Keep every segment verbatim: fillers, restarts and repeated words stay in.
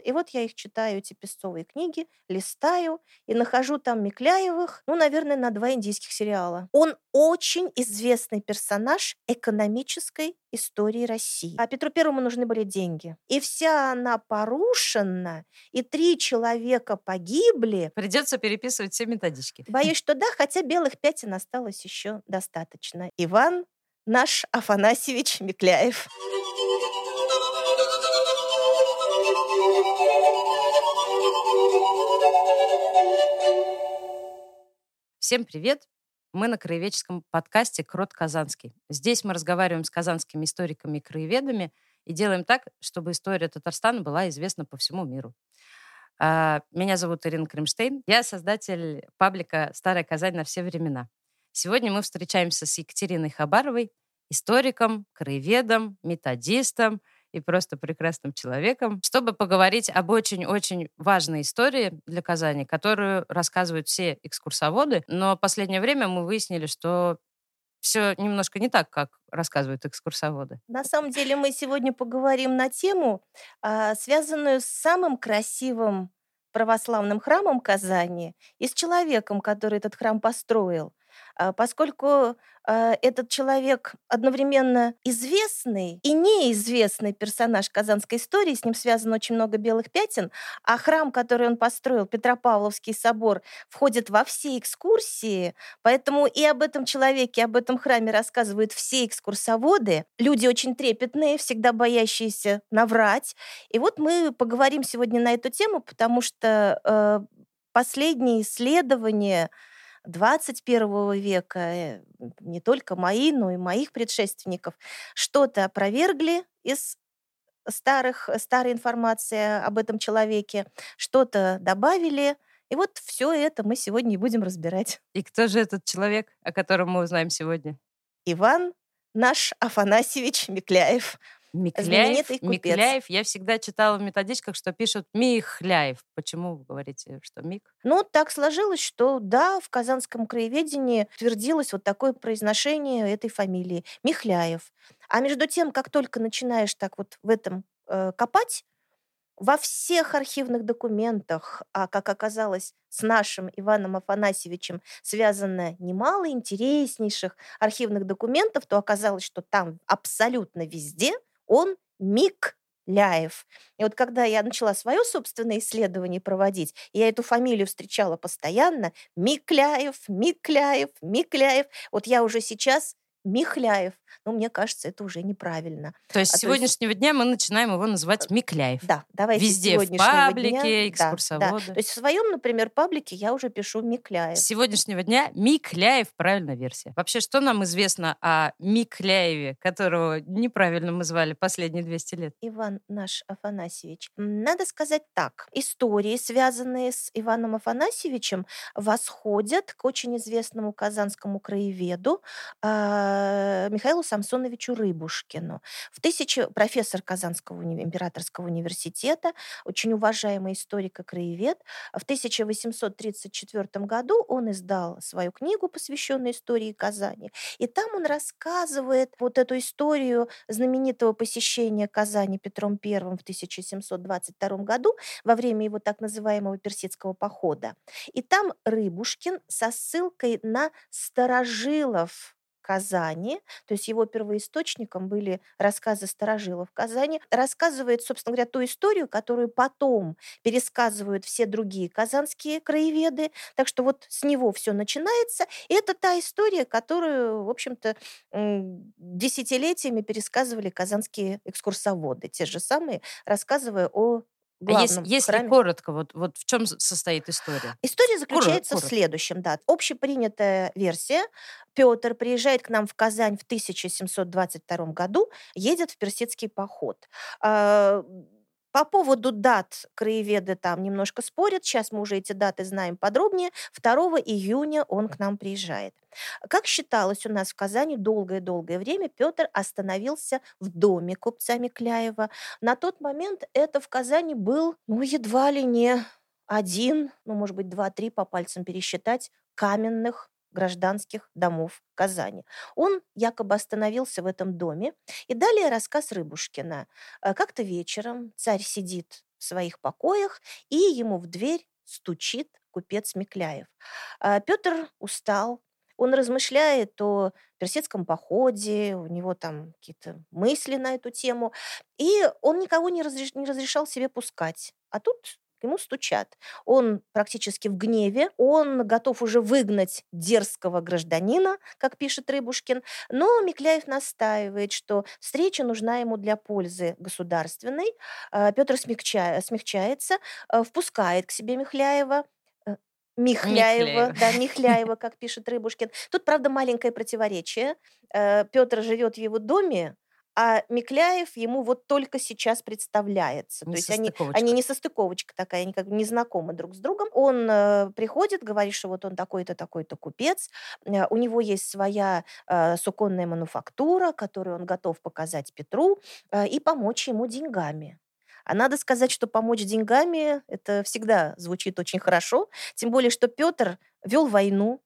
И вот я их читаю, эти песцовые книги, листаю и нахожу там Микляевых, ну, наверное, на два индийских сериала. Он очень известный персонаж экономической истории России. А Петру Первому нужны были деньги. И вся она порушена, и три человека погибли. Придется переписывать все методички. Боюсь, что да, хотя белых пятен осталось еще достаточно. Иван наш Афанасьевич Микляев. Всем привет! Мы на краеведческом подкасте «Крот Казанский». Здесь мы разговариваем с казанскими историками и краеведами и делаем так, чтобы история Татарстана была известна по всему миру. Меня зовут Ирина Кримштейн. Я создатель паблика «Старая Казань на все времена». Сегодня мы встречаемся с Екатериной Хабаровой, историком, краеведом, методистом и просто прекрасным человеком, чтобы поговорить об очень-очень важной истории для Казани, которую рассказывают все экскурсоводы. Но в последнее время мы выяснили, что все немножко не так, как рассказывают экскурсоводы. На самом деле мы сегодня поговорим на тему, а, связанную с самым красивым православным храмом Казани и с человеком, который этот храм построил. А, Поскольку а, этот человек одновременно известный и неизвестный персонаж казанской истории, с ним связано очень много белых пятен, а храм, который он построил, Петропавловский собор, входит во все экскурсии, поэтому и об этом человеке, и об этом храме рассказывают все экскурсоводы, люди очень трепетные, всегда боящиеся наврать. И вот мы поговорим сегодня на эту тему, потому что э, последние исследования двадцать первого века, э, не только мои, но и моих предшественников, что-то опровергли из старых, старой информации об этом человеке, что-то добавили. И вот все это мы сегодня и будем разбирать. И кто же этот человек, о котором мы узнаем сегодня? Иван наш Афанасьевич Микляев. Микляев, Знаменитый купец. Микляев. Я всегда читала в методичках, что пишут Михляев. Почему вы говорите, что Мик? Ну, так сложилось, что да, в казанском краеведении твердилось вот такое произношение этой фамилии — Михляев. А между тем, как только начинаешь так вот в этом э, копать, во всех архивных документах, а, как оказалось, с нашим Иваном Афанасьевичем связано немало интереснейших архивных документов, то оказалось, что там абсолютно везде он Микляев. И вот когда я начала свое собственное исследование проводить, я эту фамилию встречала постоянно: Микляев, Микляев, Микляев. Вот я уже сейчас Михляев. Но мне кажется, это уже неправильно. То есть А, с то есть сегодняшнего дня мы начинаем его называть Микляев. да, давайте с Везде, в сегодняшнего паблике, дня. Да, да. экскурсоводы. То есть в своем, например, паблике я уже пишу С Микляев. сегодняшнего дня Микляев — правильная версия. Вообще, что нам известно о Микляеве, которого неправильно мы звали последние двести лет? Иван наш Афанасьевич. М, Надо сказать так. Истории, связанные с Иваном Афанасьевичем, восходят к очень известному казанскому краеведу а, Михаилу Самсоновичу Рыбушкину. В тысяче... Профессор Казанского уни- императорского университета, очень уважаемый историк и краевед. В тысяча восемьсот тридцать четвёртом году он издал свою книгу, посвященную истории Казани. И там он рассказывает вот эту историю знаменитого посещения Казани Петром Первым в тысяча семьсот двадцать втором году во время его так называемого персидского похода. И там Рыбушкин со ссылкой на старожилов Казани, то есть его первоисточником были рассказы старожилов Казани, рассказывает, собственно говоря, ту историю, которую потом пересказывают все другие казанские краеведы. Так что вот с него все начинается. И это та история, которую, в общем-то, м, десятилетиями пересказывали казанские экскурсоводы, те же самые, рассказывая о А если, главном если храме. коротко, вот, вот в чем состоит история? История Коро- заключается в коротко. следующем, да. Общепринятая версия. Петр приезжает к нам в Казань в тысяча семьсот двадцать втором году, едет в персидский поход. А, По поводу дат краеведы там немножко спорят. Сейчас мы уже эти даты знаем подробнее. второго июня он к нам приезжает. Как считалось у нас в Казани долгое-долгое время, Петр остановился в доме купца Микляева. На тот момент это в Казани был, ну, едва ли не один, ну, может быть, два-три по пальцам пересчитать, каменных гражданских домов Казани. Он якобы остановился в этом доме. И далее рассказ Рыбушкина. Э, Как-то вечером царь сидит в в своих покоях, и ему в дверь стучит купец Микляев. А, Петр устал, он размышляет о персидском походе, у него там какие-то мысли на эту тему, и он никого не, разреш- не разрешал себе пускать. А тут к ему стучат. Он практически в гневе, он готов уже выгнать дерзкого гражданина, как пишет Рыбушкин, но Микляев настаивает, что встреча нужна ему для пользы государственной. А, Петр смягча- смягчается, а, впускает к себе Михляева, э, Михляева, Михляева. да, Михляева, как пишет Рыбушкин. Тут, правда, маленькое противоречие. Э, Петр живет в его доме, а Микляев ему вот только сейчас представляется. То есть они, они Несостыковочка. не состыковочка такая, они как бы не знакомы друг с другом. Он э, приходит, говорит, что вот он такой-то, такой-то купец, э, у него есть своя э, суконная мануфактура, которую он готов показать Петру э, и помочь ему деньгами. А надо сказать, что помочь деньгами — это всегда звучит очень хорошо, тем более, что Петр вел войну,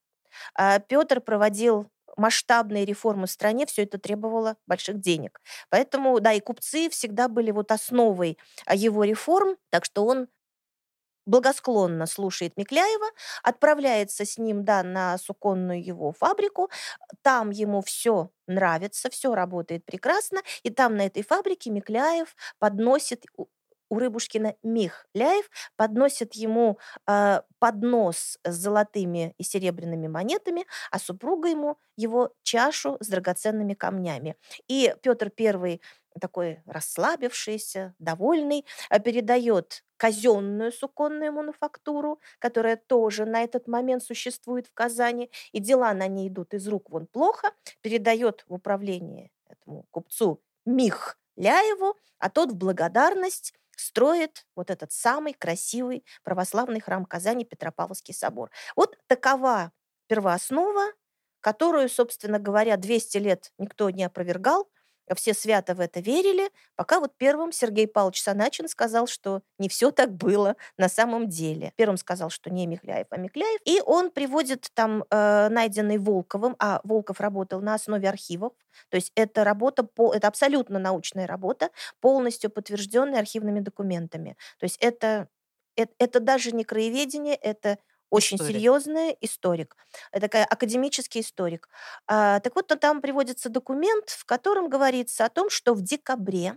а Петр проводил масштабные реформы в стране, все это требовало больших денег. Поэтому, да, и купцы всегда были вот основой а, его реформ, так что он благосклонно слушает Микляева, отправляется с ним, да, на суконную его фабрику, там ему все нравится, все работает прекрасно, и там на этой фабрике Микляев подносит у у Рыбушкина Михляев подносит ему а, поднос с золотыми и серебряными монетами, а супруга ему его чашу с драгоценными камнями. И Петр Первый, такой расслабившийся, довольный, а, передает казенную суконную мануфактуру, которая тоже на этот момент существует в Казани, и дела на ней идут из рук вон плохо, передает в управление этому купцу Михляеву, а тот в благодарность строит вот этот самый красивый православный храм Казани, Петропавловский собор. Вот такова первооснова, которую, собственно говоря, двести лет никто не опровергал, все свято в это верили, пока вот первым Сергей Павлович Саначин сказал, что не все так было на самом деле. Первым сказал, что не Михляев, а Микляев. И он приводит там э, найденный Волковым, а Волков работал на основе архивов, то есть это работа, по, это абсолютно научная работа, полностью подтвержденная архивными документами. То есть это, это, это даже не краеведение, это очень Историк. серьезный историк, это такая академический историк. А, так вот, то там приводится документ, в котором говорится о том, что в декабре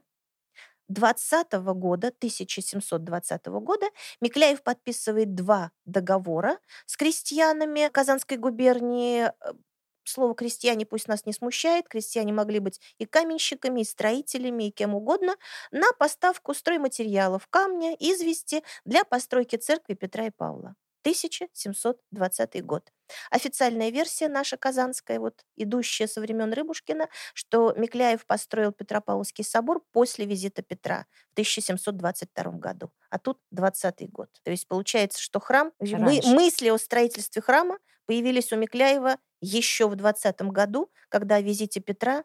двадцатого года, тысяча семьсот двадцатого года Микляев подписывает два договора с крестьянами Казанской губернии. Э, Слово «крестьяне» пусть нас не смущает. Крестьяне могли быть и каменщиками, и строителями, и кем угодно, на поставку стройматериалов, камня, извести для постройки церкви Петра и Павла. тысяча семьсот двадцатый год. Официальная версия наша казанская, вот, идущая со времен Рыбушкина, что Микляев построил Петропавловский собор после визита Петра в тысяча семьсот двадцать втором году, а тут двадцатый год. То есть получается, что храм, мы, Раньше. мысли о строительстве храма появились у Микляева еще в двадцатом году, когда о визите Петра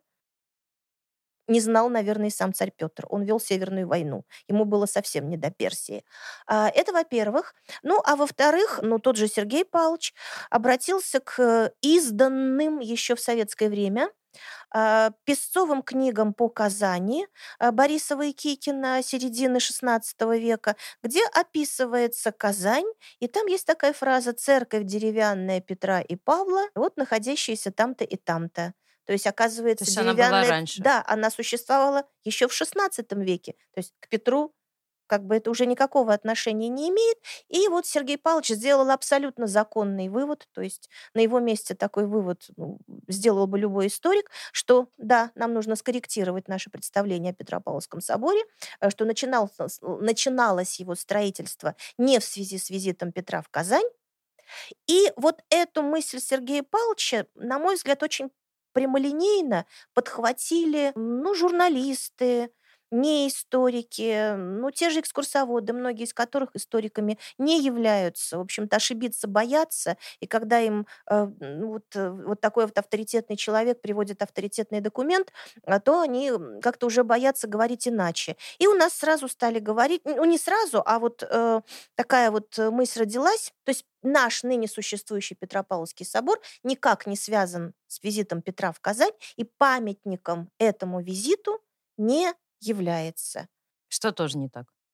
не знал, наверное, и сам царь Петр. Он вел Северную войну. Ему было совсем не до Персии. А, Это, во-первых. Ну, а во-вторых, ну, тот же Сергей Павлович обратился к э, изданным еще в советское время а, песцовым книгам по Казани а, Борисова и Кикина середины шестнадцатого века, где описывается Казань, и там есть такая фраза «церковь деревянная Петра и Павла, вот находящаяся там-то и там-то». То есть, То оказывается, есть она была деревянная, раньше. да, она существовала еще в шестнадцатом веке. То есть к Петру как бы это уже никакого отношения не имеет. И вот Сергей Павлович сделал абсолютно законный вывод, то есть на его месте такой вывод ну, сделал бы любой историк, что да, нам нужно скорректировать наше представление о Петропавловском соборе, э, что начинался, с- начиналось его строительство не в связи с визитом Петра в Казань. И вот эту мысль Сергея Павловича, на мой взгляд, очень прямолинейно подхватили, ну, журналисты, не историки, ну, те же экскурсоводы, многие из которых историками не являются. В общем-то, ошибиться боятся, и когда им э, ну, вот, э, вот такой вот авторитетный человек приводит авторитетный документ, а, то они м, как-то уже боятся говорить иначе. И у нас сразу стали говорить, ну, не сразу, а вот э, такая вот э, мысль родилась, то есть наш ныне существующий Петропавловский собор никак не связан с визитом Петра в Казань и памятником этому визиту не является. Что тоже не так.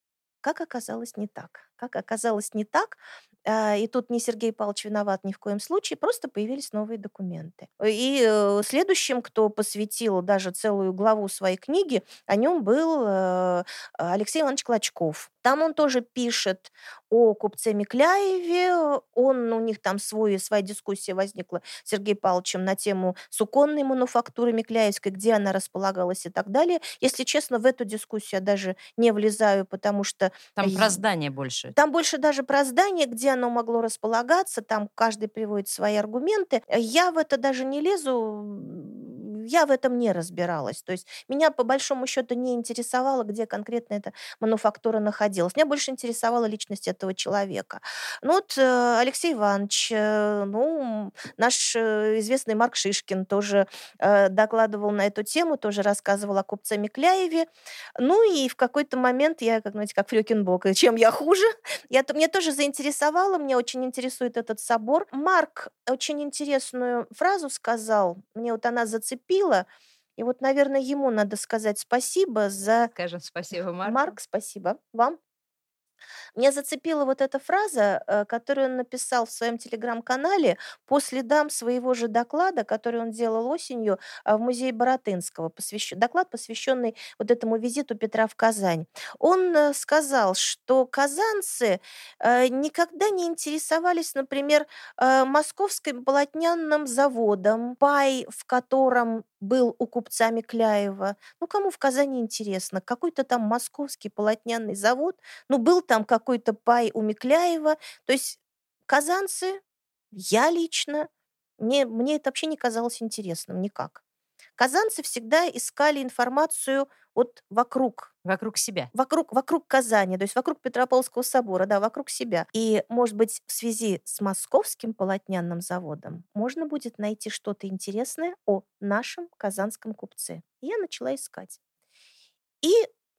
Как оказалось, не так. Как оказалось, не так. А, и тут не Сергей Павлович виноват ни в коем случае, просто появились новые документы. И э, следующим, кто посвятил даже целую главу своей книги, о нем был э, Алексей Иванович Клочков. Там он тоже пишет о купце Микляеве. Он, у них там свой, своя дискуссия возникла с Сергеем Павловичем на тему суконной мануфактуры Микляевской, где она располагалась и так далее. Если честно, в эту дискуссию я даже не влезаю, потому что Там про и здание больше. там больше даже про здание, где оно могло располагаться, там каждый приводит свои аргументы. Я в это даже не лезу, м, я в этом не разбиралась. То есть меня по большому счету не интересовало, где конкретно эта мануфактура находилась. Меня больше интересовала личность этого человека. Ну вот э, Алексей Иванович, э, ну, наш э, известный Марк Шишкин тоже э, докладывал на эту тему, тоже рассказывал о купце Микляеве. Ну и в какой-то момент я, как, знаете, как Фрёкинбок, и чем я хуже? Я, то- мне тоже заинтересовало, меня очень интересует этот собор. Марк очень интересную фразу сказал, мне вот она зацепила, и вот, наверное, ему надо сказать спасибо за... Скажем спасибо Марку. Марк, спасибо вам. Меня зацепила вот эта фраза, э, которую он написал в своем телеграм-канале по следам своего же доклада, который он делал осенью а, в музее Баратынского. посвящ- Доклад, посвященный вот этому визиту Петра в Казань. Он э, сказал, что казанцы э, никогда не интересовались, например, э, московским полотняным заводом, пай в котором был у купца Микляева. Ну, кому в Казани интересно? Какой-то там московский полотняный завод, ну, был там какой-то пай у Микляева. То есть казанцы, я лично, мне, мне это вообще не казалось интересным никак. Казанцы всегда искали информацию вот вокруг, Вокруг себя. вокруг, вокруг Казани, то есть вокруг Петропавловского собора, да, вокруг себя. И, может быть, в связи с московским полотняным заводом можно будет найти что-то интересное о нашем казанском купце. И я начала искать. И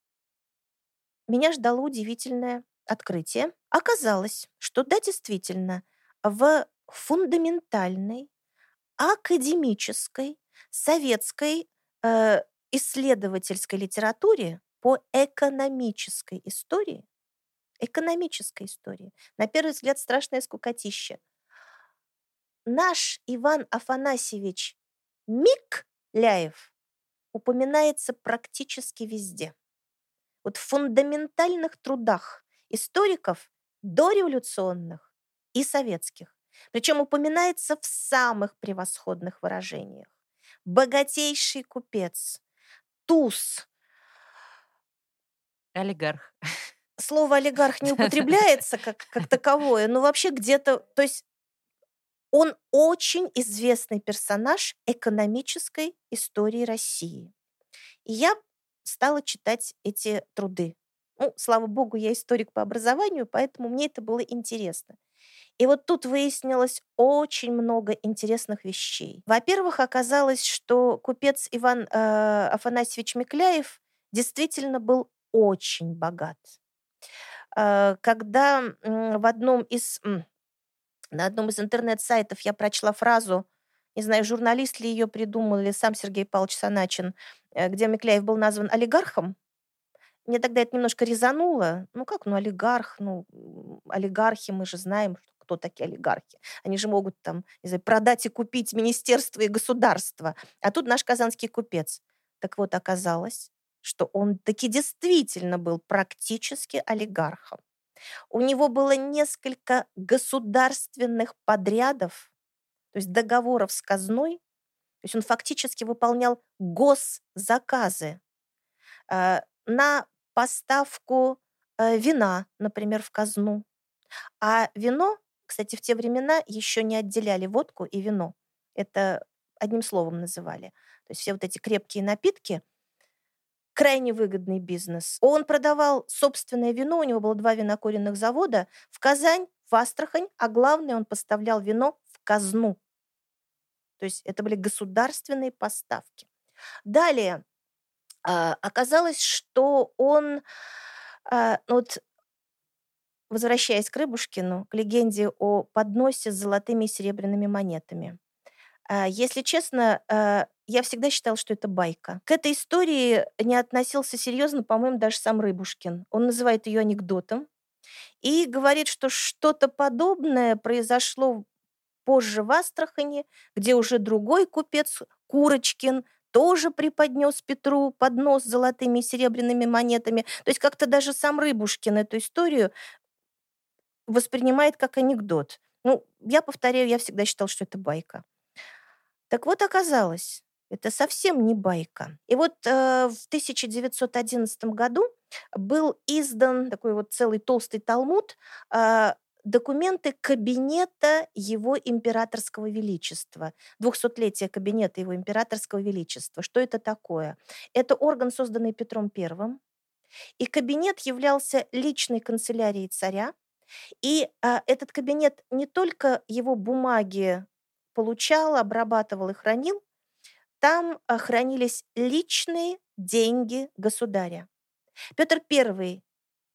меня ждало удивительное открытие. Оказалось, что да, действительно, в фундаментальной, академической, советской э, исследовательской литературе по экономической истории, экономической истории, на первый взгляд страшное скукотище, наш Иван Афанасьевич Микляев упоминается практически везде. Вот в фундаментальных трудах историков дореволюционных и советских. Причем упоминается в самых превосходных выражениях. Богатейший купец, туз. Олигарх. Слово олигарх не употребляется как, как таковое, но вообще где-то, то есть он очень известный персонаж экономической истории России. И я стала читать эти труды. Ну, слава богу, я историк по образованию, поэтому мне это было интересно. И вот тут выяснилось очень много интересных вещей. Во-первых, оказалось, что купец Иван э, Афанасьевич Микляев действительно был очень богат. Э, когда м, в одном из, м, на одном из интернет-сайтов я прочла фразу, не знаю, журналист ли ее придумал, или сам Сергей Павлович Саначин, э, где Микляев был назван олигархом, мне тогда это немножко резануло. Ну как, ну олигарх, ну м, олигархи, мы же знаем, что- кто такие олигархи. Они же могут там, не знаю, продать и купить министерство и государство. А тут наш казанский купец. Так вот, оказалось, что он таки действительно был практически олигархом. У него было несколько государственных подрядов, то есть договоров с казной. То есть он фактически выполнял госзаказы э, на поставку э, вина, например, в казну. А вино, кстати, в те времена еще не отделяли водку и вино. Это одним словом называли. То есть все вот эти крепкие напитки, крайне выгодный бизнес. Он продавал собственное вино, у него было два винокуренных завода в Казань, в Астрахань, а главное, он поставлял вино в казну. То есть это были государственные поставки. Далее, а, оказалось, что он, а, ну вот возвращаясь к Рыбушкину, к легенде о подносе с золотыми и серебряными монетами. А, если честно, а, я всегда считала, что это байка. К этой истории не относился серьезно, по-моему, даже сам Рыбушкин. Он называет ее анекдотом и говорит, что что-то подобное произошло позже в Астрахани, где уже другой купец, Курочкин, тоже преподнес Петру поднос с золотыми и серебряными монетами. То есть как-то даже сам Рыбушкин эту историю воспринимает как анекдот. Ну, я повторяю, я всегда считала, что это байка. Так вот, оказалось, это совсем не байка. И вот э, в тысяча девятьсот одиннадцатом году был издан такой вот целый толстый талмуд, э, документы кабинета его императорского величества, двухсотлетие кабинета его императорского величества. Что это такое? Это орган, созданный Петром Первым, и кабинет являлся личной канцелярией царя, и а, этот кабинет не только его бумаги получал, обрабатывал и хранил, там а, хранились личные деньги государя. Петр Первый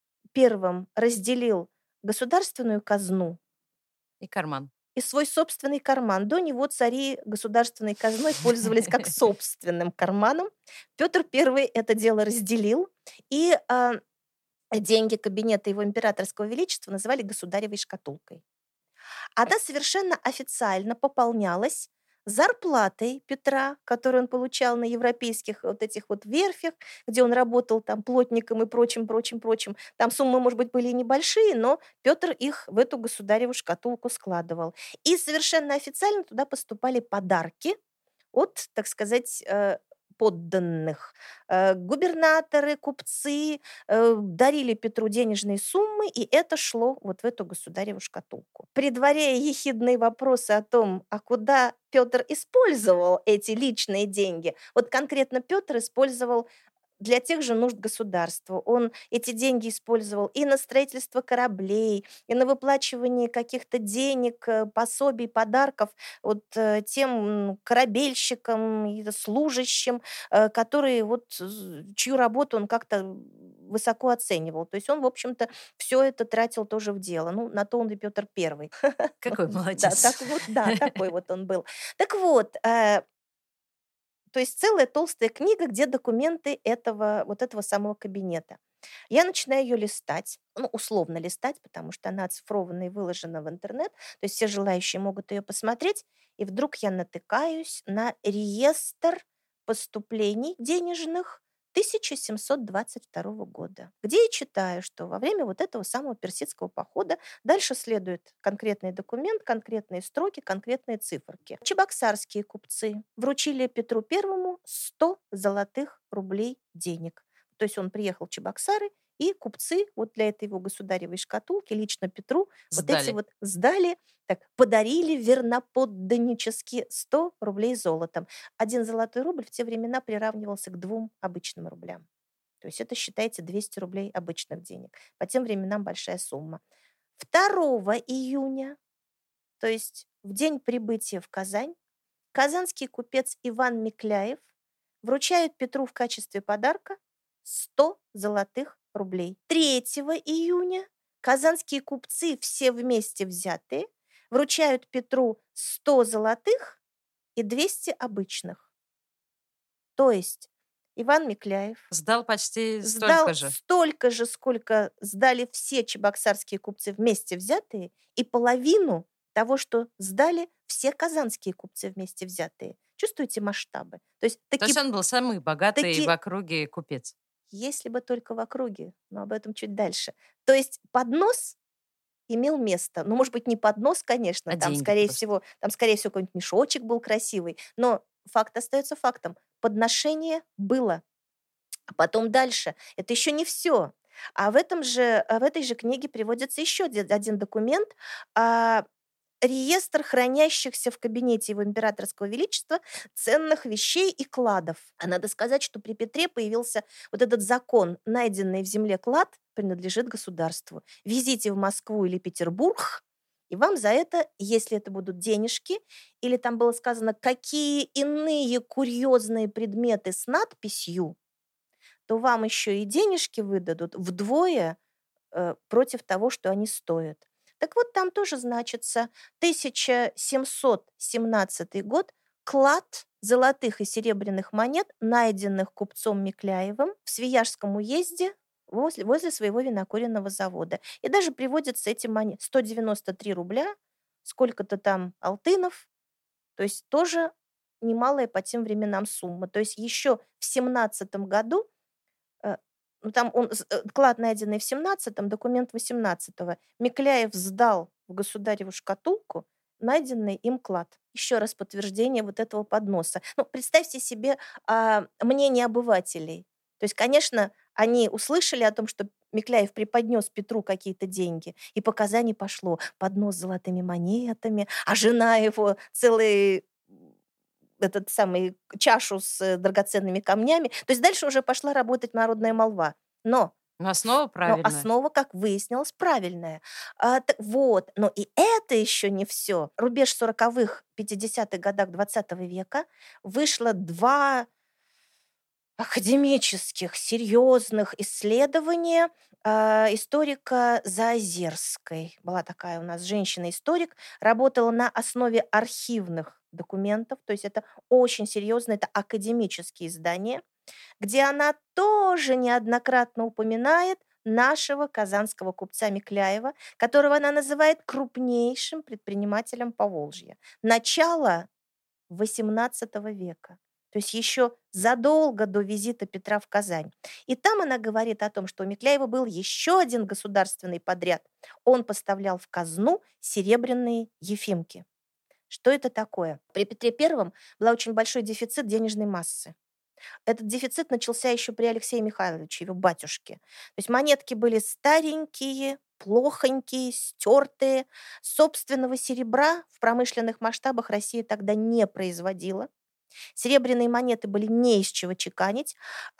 первым разделил государственную казну И карман. и свой собственный карман. До него цари государственной казной пользовались как собственным карманом. Петр Первый это дело разделил, и а, деньги кабинета его императорского величества называли государевой шкатулкой. Она совершенно официально пополнялась зарплатой Петра, которую он получал на европейских вот этих вот верфях, где он работал там плотником и прочим, прочим, прочим. Там суммы, может быть, были и небольшие, но Петр их в эту государеву шкатулку складывал. И совершенно официально туда поступали подарки от, так сказать, э, подданных. Э, Губернаторы, купцы э, дарили Петру денежные суммы, и это шло вот в эту государеву шкатулку. Предваряя ехидные вопросы о том, а куда Петр использовал эти личные деньги, вот конкретно Петр использовал для тех же нужд государства. Он эти деньги использовал и на строительство кораблей, и на выплачивание каких-то денег, э, пособий, подарков вот э, тем м, корабельщикам и служащим, э, которые вот з- чью работу он как-то высоко оценивал. То есть он, в общем-то, все это тратил тоже в дело. Ну, на то он и Петр Первый. Какой Да, молодец. так вот, да, такой вот он был. Так вот, э, то есть целая толстая книга, где документы этого, вот этого самого кабинета. Я начинаю ее листать, ну, условно листать, потому что она оцифрована и выложена в интернет, то есть все желающие могут ее посмотреть, и вдруг я натыкаюсь на реестр поступлений денежных тысяча семьсот двадцать второго года, где я читаю, что во время вот этого самого персидского похода дальше следует конкретный документ, конкретные строки, конкретные циферки. Чебоксарские купцы вручили Петру Первому сто золотых рублей денег. То есть он приехал в Чебоксары, и купцы вот для этой его государевой шкатулки лично Петру вот эти Сдали. вот сдали, так, подарили верноподданнически сто рублей золотом. Один золотой рубль в те времена приравнивался к двум обычным рублям. То есть это, считайте, двести рублей обычных денег. По тем временам большая сумма. второго июня, то есть в день прибытия в Казань, казанский купец Иван Микляев вручает Петру в качестве подарка сто золотых рублей. третьего июня казанские купцы, все вместе взятые, вручают Петру сто золотых и двести обычных. То есть Иван Микляев Сдал почти столько сдал же. столько же, сколько сдали все чебоксарские купцы вместе взятые, и половину того, что сдали все казанские купцы вместе взятые. Чувствуете масштабы? То есть То есть таки, он был самый богатый в таки, округе купец. если бы только в округе, но об этом чуть дальше. То есть поднос имел место. Ну, может быть, не поднос, конечно, А там, деньги скорее просто. всего, там, скорее всего, какой-нибудь мешочек был красивый, но факт остается фактом. Подношение было. А потом дальше. Это еще не все. А в, этом же, а в этой же книге приводится еще один один документ, а, реестр хранящихся в кабинете его императорского величества ценных вещей и кладов. А надо сказать, что при Петре появился вот этот закон: найденный в земле клад принадлежит государству. Везите в Москву или Петербург, и вам за это, если это будут денежки, или там было сказано, какие иные курьезные предметы с надписью, то вам еще и денежки выдадут вдвое э, против того, что они стоят. Так вот, там тоже значится тысяча семьсот семнадцатый год, клад золотых и серебряных монет, найденных купцом Микляевым в Свияжском уезде возле, возле своего винокуренного завода. И даже приводятся эти монеты. сто девяносто три рубля, сколько-то там алтынов, то есть тоже немалая по тем временам сумма. То есть еще в семнадцатом году, э, ну там он, з- э, клад, найденный в семнадцатом, документ восемнадцатого, Микляев сдал в государеву шкатулку найденный им клад. Еще раз подтверждение вот этого подноса. Ну, представьте себе а, мнение обывателей. То есть, конечно, они услышали о том, что Микляев преподнес Петру какие-то деньги, и показаний пошло. Поднос с золотыми монетами, а жена его целый этот самый чашу с э, драгоценными камнями. То есть дальше уже пошла работать народная молва. Но Но основа но правильная. основа, как выяснилось, правильная. А, т- вот. Но и это еще не все. Рубеж сороковых, пятидесятых годах двадцатого века вышло два академических, серьезных исследования а, историка Заозерской. Была такая у нас женщина-историк, работала на основе архивных документов, то есть это очень серьезно, это академические издания, где она тоже неоднократно упоминает нашего казанского купца Микляева, которого она называет крупнейшим предпринимателем Поволжья. Начало восемнадцатого века. То есть еще задолго до визита Петра в Казань. И там она говорит о том, что у Микляева был еще один государственный подряд. Он поставлял в казну серебряные ефимки. Что это такое? При Петре Первом был очень большой дефицит денежной массы. Этот дефицит начался еще при Алексее Михайловиче, его батюшке. То есть монетки были старенькие, плохонькие, стертые. Собственного серебра в промышленных масштабах Россия тогда не производила. Серебряные монеты были не из чего чеканить,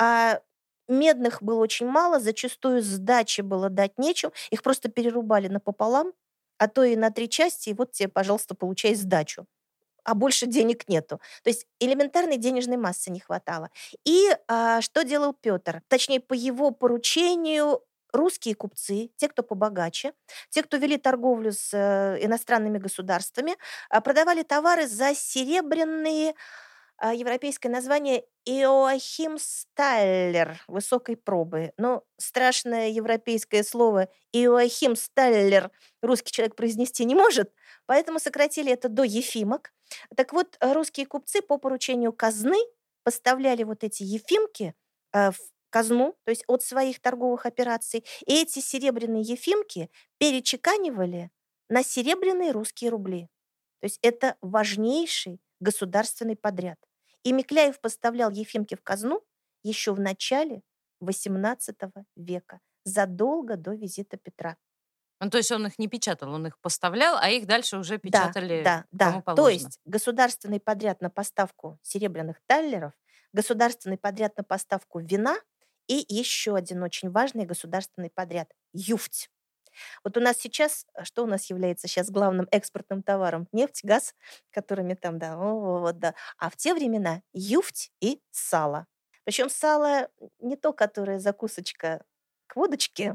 а медных было очень мало, зачастую сдачи было дать нечем, их просто перерубали напополам, а то и на три части, и вот тебе, пожалуйста, получай сдачу, а больше денег нету. То есть элементарной денежной массы не хватало. И а, что делал Петр? Точнее, по его поручению русские купцы, те, кто побогаче, те, кто вели торговлю с э, иностранными государствами, а, продавали товары за серебряные, а, европейское название Иоахим Сталлер высокой пробы. Но страшное европейское слово Иоахим Сталлер русский человек произнести не может, поэтому сократили это до Ефимок. Так вот, э, русские купцы по поручению казны поставляли вот эти ефимки э, в казну, то есть от своих торговых операций, и эти серебряные ефимки перечеканивали на серебряные русские рубли. То есть это важнейший государственный подряд. И Микляев поставлял ефимки в казну еще в начале восемнадцатого века, задолго до визита Петра. Ну, то есть он их не печатал, он их поставлял, а их дальше уже Да, печатали да, кому да. То положено. есть государственный подряд на поставку серебряных таллеров, государственный подряд на поставку вина и еще один очень важный государственный подряд – юфть. Вот у нас сейчас, а что у нас является сейчас главным экспортным товаром? Нефть, газ, которыми там, да, о, вот, да. А в те времена юфть и сало. Причем сало не то, которое закусочка к водочке,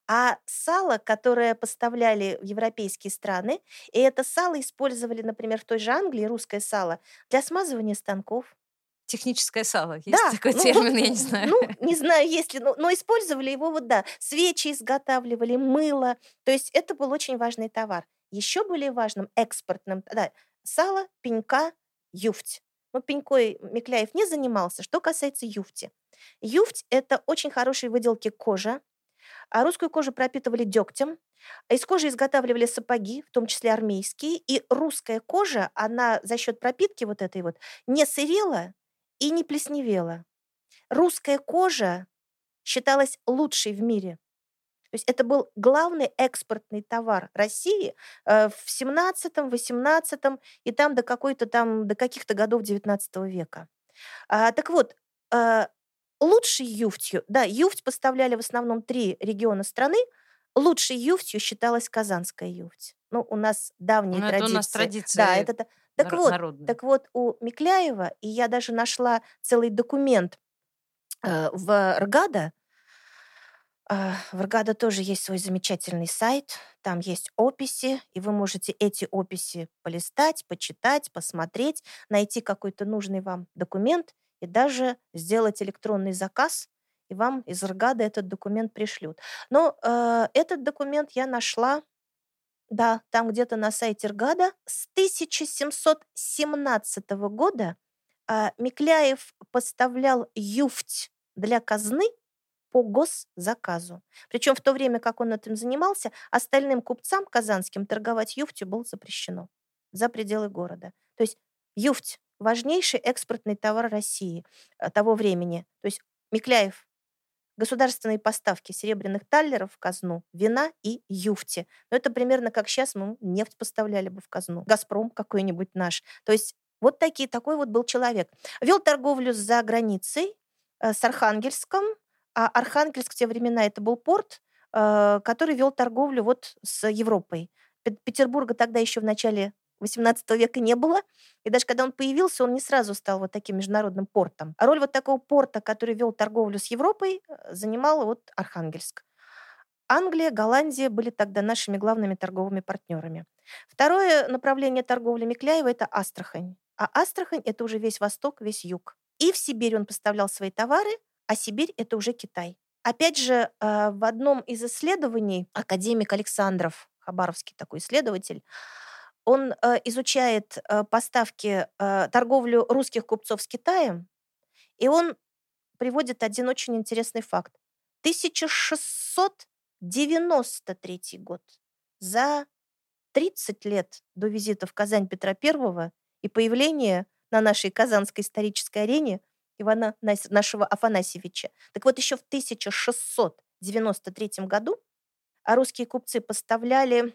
а сало, которое поставляли в европейские страны, и это сало использовали, например, в той же Англии, русское сало, для смазывания станков. Техническое сало. Есть Да, такой ну вот, термин, я не м, знаю. ну, не знаю, есть ли, но, но использовали его, вот да, свечи изготавливали, мыло. То есть это был очень важный товар. Еще более важным экспортным, да, сало, пенька, юфть. Но пенькой Микляев не занимался. Что касается юфти. Юфть – это очень хорошие выделки кожи, а русскую кожу пропитывали дегтем. Из кожи изготавливали сапоги, в том числе армейские. И русская кожа, она за счет пропитки вот этой вот не сырела и не плесневела. Русская кожа считалась лучшей в мире. То есть это был главный экспортный товар России э, в семнадцатом, восемнадцатом и там до какой-то там, до каких-то годов девятнадцатого века. А, так вот, э, лучшей юфтью, да, юфть поставляли в основном три региона страны, лучшей юфтью считалась казанская юфть. Ну, у нас давние Ну, это у нас традиции. Да, традиции это... та- Так нар- вот, народные. так вот, у Микляева, и я даже нашла целый документ э, в РГАДА, А, В Ргада тоже есть свой замечательный сайт, там есть описи, и вы можете эти описи полистать, почитать, посмотреть, найти какой-то нужный вам документ и даже сделать электронный заказ, и вам из Ргада этот документ пришлют. Но э, этот документ я нашла, да, там где-то на сайте Ргада с тысяча семьсот семнадцатого года. а, Микляев поставлял юфть для казны по госзаказу. Причем в то время, как он этим занимался, остальным купцам казанским торговать юфтью было запрещено за пределы города. То есть юфть — важнейший экспортный товар России э, того времени. То есть Микляев — государственные поставки серебряных таллеров в казну, вина и юфти. Но это примерно как сейчас мы нефть поставляли бы в казну. «Газпром» какой-нибудь наш. То есть вот такие, такой вот был человек. Вел торговлю за границей, э, с Архангельском. А Архангельск в те времена — это был порт, э, который вел торговлю вот с Европой. Пет- Петербурга тогда еще в начале восемнадцатого века не было. И даже когда он появился, он не сразу стал вот таким международным портом. А роль вот такого порта, который вел торговлю с Европой, э, занимал вот Архангельск. Англия, Голландия были тогда нашими главными торговыми партнерами. Второе направление торговли Микляева — это Астрахань. А Астрахань — это уже весь Восток, весь Юг. И в Сибирь он поставлял свои товары, а Сибирь — это уже Китай. Опять же, э, в одном из исследований академик Александров, хабаровский такой исследователь, он э, изучает э, поставки, э, торговлю русских купцов с Китаем, и он приводит один очень интересный факт. тысяча шестьсот девяносто третий год. За тридцать лет до визита в Казань Петра Первого и появления на нашей казанской исторической арене Ивана Нас- нашего Афанасьевича. Так вот, еще в тысяча шестьсот девяносто третьем году а русские купцы поставляли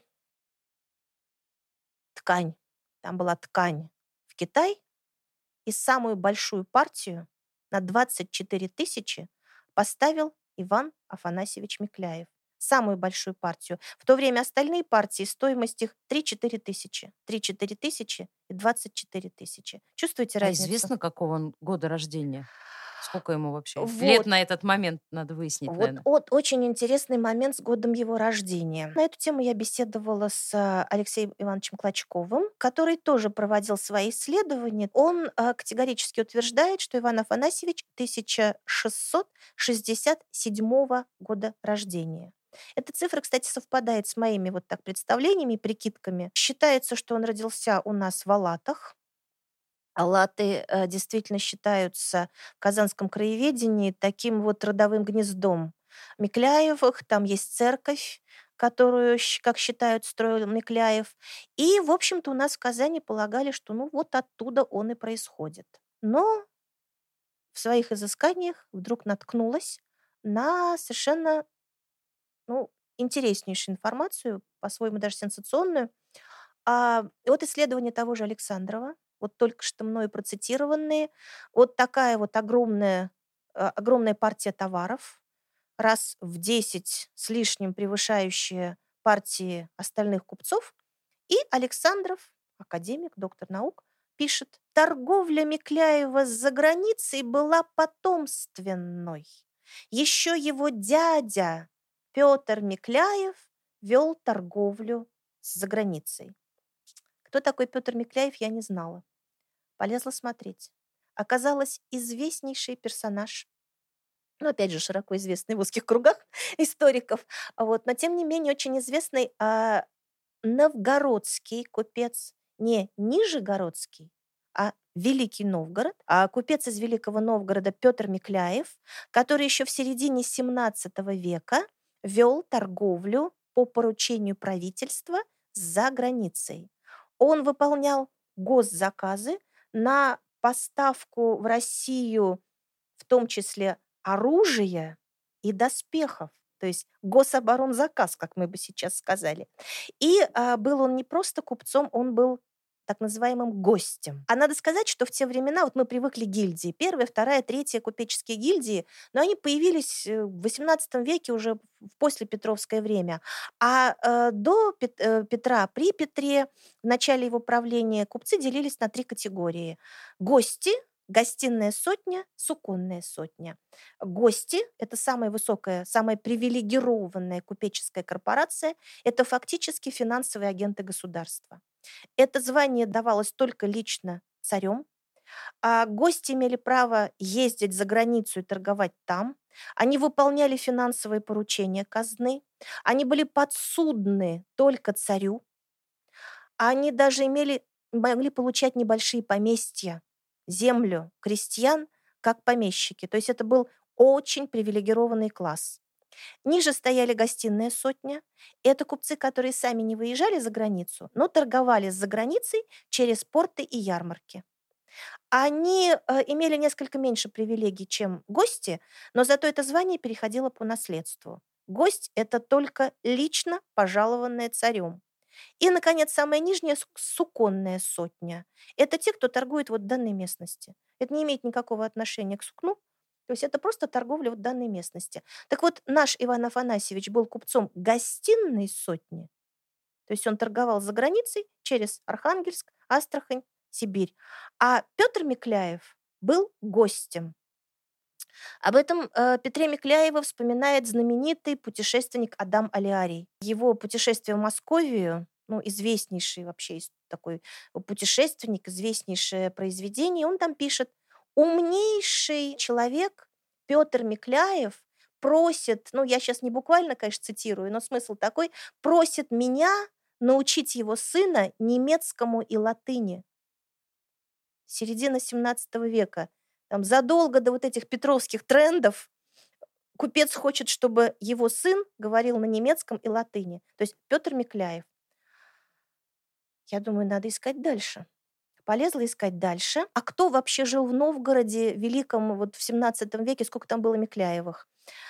ткань. Там была ткань в Китай, и самую большую партию на двадцать четыре тысячи поставил Иван Афанасьевич Микляев. Самую большую партию. В то время остальные партии, стоимость их три-четыре тысячи. три-четыре тысячи и двадцать четыре тысячи. Чувствуете А разницу? известно, какого он года рождения? Сколько ему вообще? Лет Вот. на этот момент надо выяснить, Вот наверное. от очень интересный момент с годом его рождения. На эту тему я беседовала с а, Алексеем Ивановичем Клочковым, который тоже проводил свои исследования. Он а, категорически утверждает, что Иван Афанасьевич тысяча шестьсот шестьдесят седьмого года рождения. Эта цифра, кстати, совпадает с моими вот так представлениями и прикидками. Считается, что он родился у нас в Алатах. Алаты э, действительно считаются в казанском краеведении таким вот родовым гнездом Микляевых. Там есть церковь, которую, щ- как считают, строил Микляев. И, в общем-то, у нас в Казани полагали, что ну вот оттуда он и происходит. Но в своих изысканиях вдруг наткнулась на совершенно ну, интереснейшую информацию, по-своему даже сенсационную. А, вот исследование того же Александрова, вот только что мною процитированные, вот такая вот огромная, а, огромная партия товаров, раз в десять с лишним превышающая партии остальных купцов. И Александров, академик, доктор наук, пишет: торговля Микляева за границей была потомственной. Еще его дядя Петр Микляев вел торговлю за границей. Кто такой Петр Микляев, я не знала. Полезла смотреть. Оказалось, известнейший персонаж, ну, опять же, широко известный в узких кругах историков, а вот, но тем не менее очень известный а, новгородский купец, не Нижегородский, а Великий Новгород, а купец из Великого Новгорода Петр Микляев, который еще в середине семнадцатого века вел торговлю по поручению правительства за границей. Он выполнял госзаказы на поставку в Россию, в том числе оружия и доспехов, то есть гособоронзаказ, как мы бы сейчас сказали. И а, был он не просто купцом, он был так называемым гостем. А надо сказать, что в те времена, вот мы привыкли к гильдии, первая, вторая, третья купеческие гильдии, но они появились э, в восемнадцатом веке, уже в послепетровское время. А э, до Пет- э, Петра, при Петре, в начале его правления, купцы делились на три категории. Гости, гостиная сотня, суконная сотня. Гости– это самая высокая, самая привилегированная купеческая корпорация, это фактически финансовые агенты государства. Это звание давалось только лично царем, а гости имели право ездить за границу и торговать там. Они выполняли финансовые поручения казны. Они были подсудны только царю. Они даже имели, могли получать небольшие поместья, землю крестьян, как помещики. То есть это был очень привилегированный класс. Ниже стояли гостиная сотня. Это купцы, которые сами не выезжали за границу, но торговали за границей через порты и ярмарки. Они э, имели несколько меньше привилегий, чем гости, но зато это звание переходило по наследству. Гость– это только лично пожалованное царем. И, наконец, самая нижняя су- суконная сотня– это те, кто торгует вот в данной местности. Это не имеет никакого отношения к сукну, то есть это просто торговля в данной местности. Так вот, наш Иван Афанасьевич был купцом гостиной сотни, то есть он торговал за границей через Архангельск, Астрахань, Сибирь. А Петр Микляев был гостем. Об этом э, Петре Микляеве вспоминает знаменитый путешественник Адам Алиарий. Его путешествие в Московию, ну, известнейший вообще ис- такой путешественник, известнейшее произведение, он там пишет: «Умнейший человек Петр Микляев просит, ну, я сейчас не буквально, конечно, цитирую, но смысл такой, просит меня научить его сына немецкому и латыни». Середина семнадцатого века. Там задолго до вот этих петровских трендов купец хочет, чтобы его сын говорил на немецком и латыни. То есть Петр Микляев. Я думаю, надо искать дальше. Полезла искать дальше. А кто вообще жил в Новгороде великом вот в семнадцатом веке? Сколько там было Микляевых?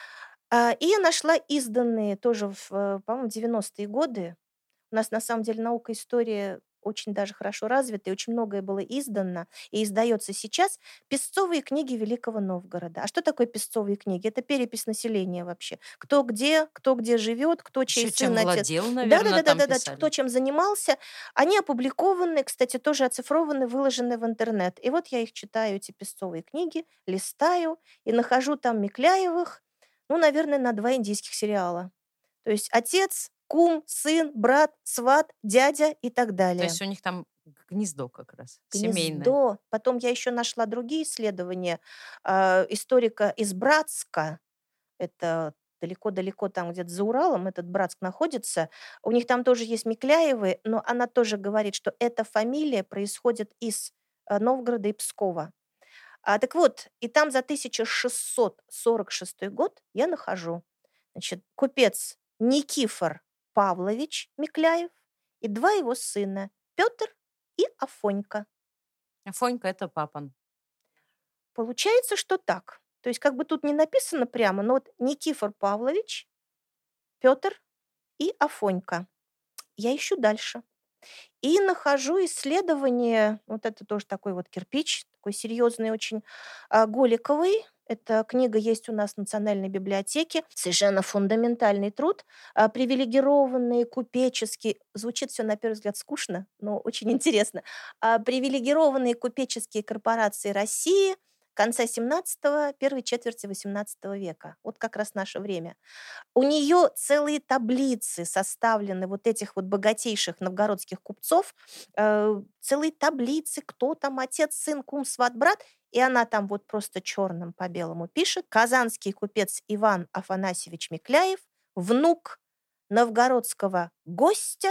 А, И я нашла изданные тоже, в, э, по-моему, девяностые годы. У нас на самом деле наука, история очень даже хорошо развита, и очень многое было издано и издается сейчас. Песцовые книги Великого Новгорода. А что такое песцовые книги? Это перепись населения вообще. Кто где, кто где живет, кто чей Еще сын, чем отец. владел, наверное, там Да-да-да-да-да, кто писали. чем занимался. Они опубликованы, кстати, тоже оцифрованы, выложены в интернет. И вот я их читаю, эти песцовые книги, листаю и нахожу там Микляевых, ну, наверное, на два индийских сериала. То есть отец, кум, сын, брат, сват, дядя и так То далее. есть у них там гнездо как раз, семейное. Гнездо. Потом я еще нашла другие исследования а, историка из Братска. Это далеко-далеко там где-то за Уралом этот Братск находится. У них там тоже есть Микляевы, но она тоже говорит, что эта фамилия происходит из э, Новгорода и Пскова. А, так вот, и там за тысяча шестьсот сорок шестой год я нахожу, значит, купец Никифор Павлович Микляев и два его сына Петр и Афонька. Афонька– это папан. Получается, что так. То есть как бы тут не написано прямо, но вот Никифор Павлович, Петр и Афонька. Я ищу дальше. И нахожу исследование, вот это тоже такой вот кирпич, такой серьезный очень, а, Голиковой. Эта книга есть у нас в Национальной библиотеке. Совершенно фундаментальный труд. а, Привилегированные, купеческие. Звучит все на первый взгляд скучно, но очень интересно. А, Привилегированные купеческие корпорации России конца семнадцатого, первой четверти восемнадцатого века. Вот как раз наше время. У нее целые таблицы составлены вот этих вот богатейших новгородских купцов, э, целые таблицы, кто там отец, сын, кум, сват, брат, и она там вот просто черным по белому пишет: казанский купец Иван Афанасьевич Микляев, внук новгородского гостя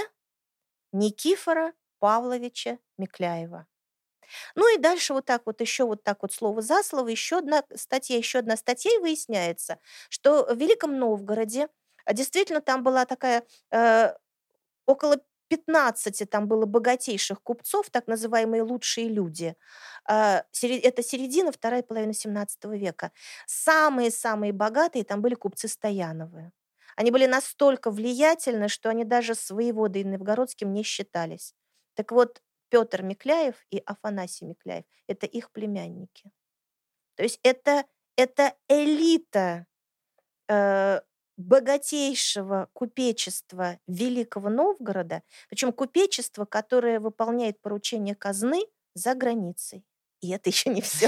Никифора Павловича Микляева. Ну и дальше вот так вот, еще вот так вот слово за слово, еще одна статья, еще одна статья, и выясняется, что в Великом Новгороде а, действительно там была такая, э, около пятнадцати там было богатейших купцов, так называемые лучшие люди. А, сере- Это середина, вторая половина семнадцатого века. Самые-самые богатые там были купцы Стояновы. Они были настолько влиятельны, что они даже с воеводой новгородским не считались. Так вот, Петр Микляев и Афанасий Микляев– это их племянники. То есть это, это элита э, богатейшего купечества Великого Новгорода, причем купечество, которое выполняет поручения казны за границей. И это еще не все.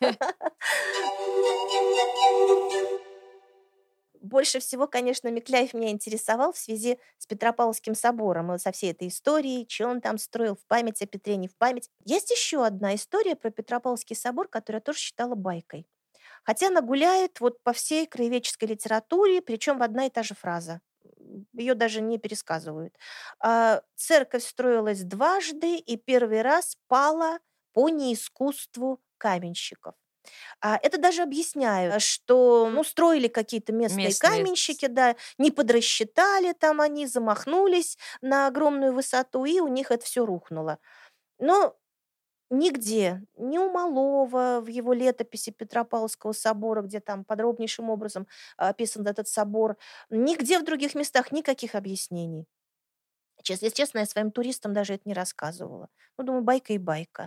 Больше всего, конечно, Микляев меня интересовал в связи с Петропавловским собором и со всей этой историей, что он там строил в память о Петре, не в память. Есть еще одна история про Петропавловский собор, которую я тоже считала байкой. Хотя она гуляет вот по всей краеведческой литературе, причем в одна и та же фраза. Ее даже не пересказывают. А, Церковь строилась дважды и первый раз пала по неискусству каменщиков. А, это даже объясняют, что, ну, строили какие-то местные Местные. каменщики, да, не подрасчитали там они, замахнулись на огромную высоту, и у них это все рухнуло. Но нигде, ни у Малова в его летописи Петропавловского собора, где там подробнейшим образом а, описан этот собор, нигде в других местах никаких объяснений. Честно, если честно, я своим туристам даже это не рассказывала. Ну, думаю, байка и байка.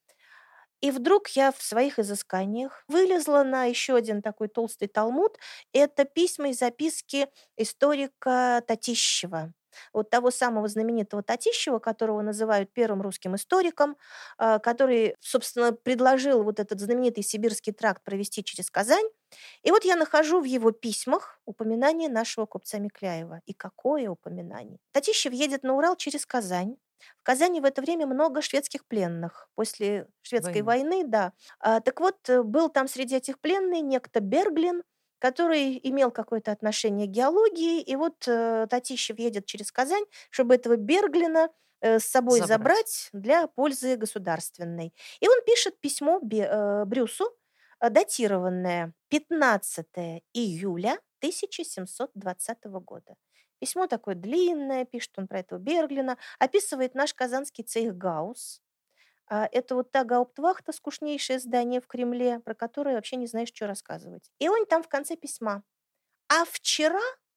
И вдруг я в своих изысканиях вылезла на еще один такой толстый талмуд. Это письма и записки историка Татищева. Вот того самого знаменитого Татищева, которого называют первым русским историком, а, который, собственно, предложил вот этот знаменитый сибирский тракт провести через Казань. И вот я нахожу в его письмах упоминание нашего купца Микляева. И какое упоминание! Татищев едет на Урал через Казань. В Казани в это время много шведских пленных. После шведской Войны. войны, да. А, так вот, э, был там среди этих пленных некто Берглин, который имел какое-то отношение к геологии. И вот э, Татищев едет через Казань, чтобы этого Берглина э, с собой Забрать. забрать для пользы государственной. И он пишет письмо Бе- э, Брюсу, э, датированное пятнадцатого июля тысяча семьсот двадцатого года. Письмо такое длинное, пишет он про этого Берглина, описывает наш казанский цейхгаус. А, Это вот та гауптвахта, скучнейшее здание в Кремле, про которое вообще не знаешь, что рассказывать. И он там в конце письма. А вчера,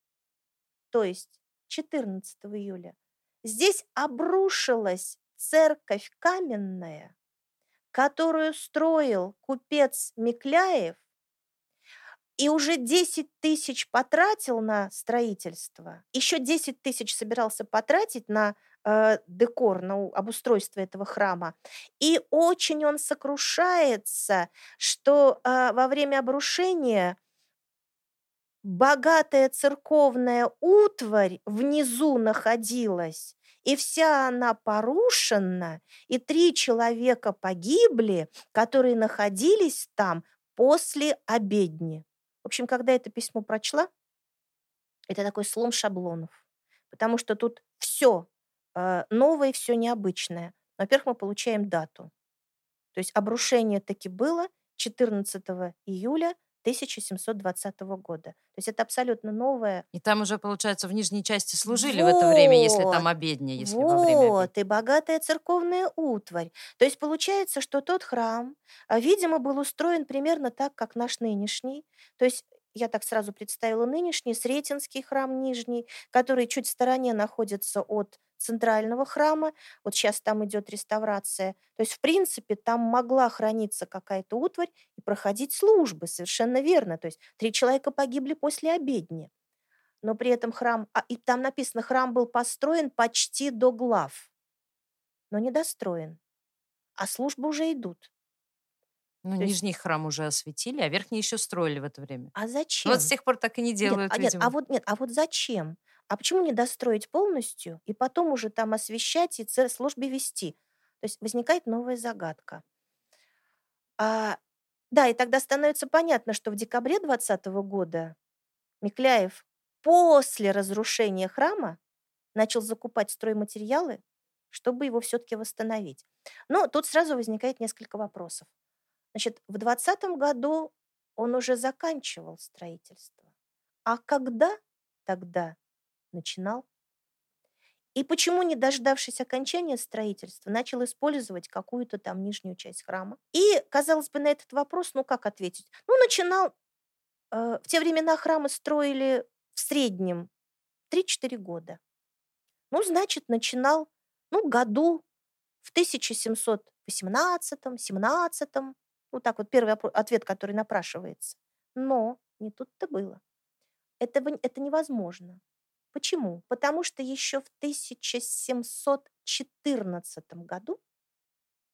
то есть четырнадцатого июля, здесь обрушилась церковь каменная, которую строил купец Микляев, и уже десять тысяч потратил на строительство, еще десять тысяч собирался потратить на э, декор, на у- обустройство этого храма. И очень он сокрушается, что э, во время обрушения богатая церковная утварь внизу находилась, и вся она порушена, и три человека погибли, которые находились там после обедни. В общем, когда это письмо прочла, это такой слом шаблонов, потому что тут все новое, все необычное. Во-первых, мы получаем дату. То есть обрушение таки было четырнадцатого июля тысяча семьсот двадцатого года. То есть это абсолютно новое. И там уже, получается, в нижней части служили в это время, если там Вот, обедня, если во время обедни. вот, и богатая церковная утварь. То есть получается, что тот храм, а, видимо, был устроен примерно так, как наш нынешний. То есть я так сразу представила нынешний Сретенский храм Нижний, который чуть в стороне находится от центрального храма. Вот сейчас там идет реставрация. То есть, в принципе, там могла храниться какая-то утварь и проходить службы, совершенно верно. То есть три человека погибли после обедни. Но при этом храм, а, и там написано, храм был построен почти до глав, но не достроен, а службы уже идут. Ну, То есть, нижний храм уже осветили, а верхний еще строили в это время. а Ну, вот с зачем? тех пор так и не Нет, делают, а нет, а видимо. вот нет, а вот зачем? А почему не достроить полностью и потом уже там освещать и ц- службы вести? То есть возникает новая загадка. А, да, и тогда становится понятно, что в декабре двадцатого года Микляев после разрушения храма начал закупать стройматериалы, чтобы его все-таки восстановить. Но тут сразу возникает несколько вопросов. Значит, в двадцатом году он уже заканчивал строительство. А когда тогда начинал? И почему, не дождавшись окончания строительства, начал использовать какую-то там нижнюю часть храма? И, казалось бы, на этот вопрос, ну как ответить? Ну, начинал, э, в те времена храмы строили в среднем три-четыре года. Ну, значит, начинал, ну, году в тысяча семьсот восемнадцатом, семнадцатом. Вот так вот первый опро- ответ, который напрашивается. Но не тут-то было. Этого, н- это невозможно. Почему? Потому что еще в тысяча семьсот четырнадцатом году,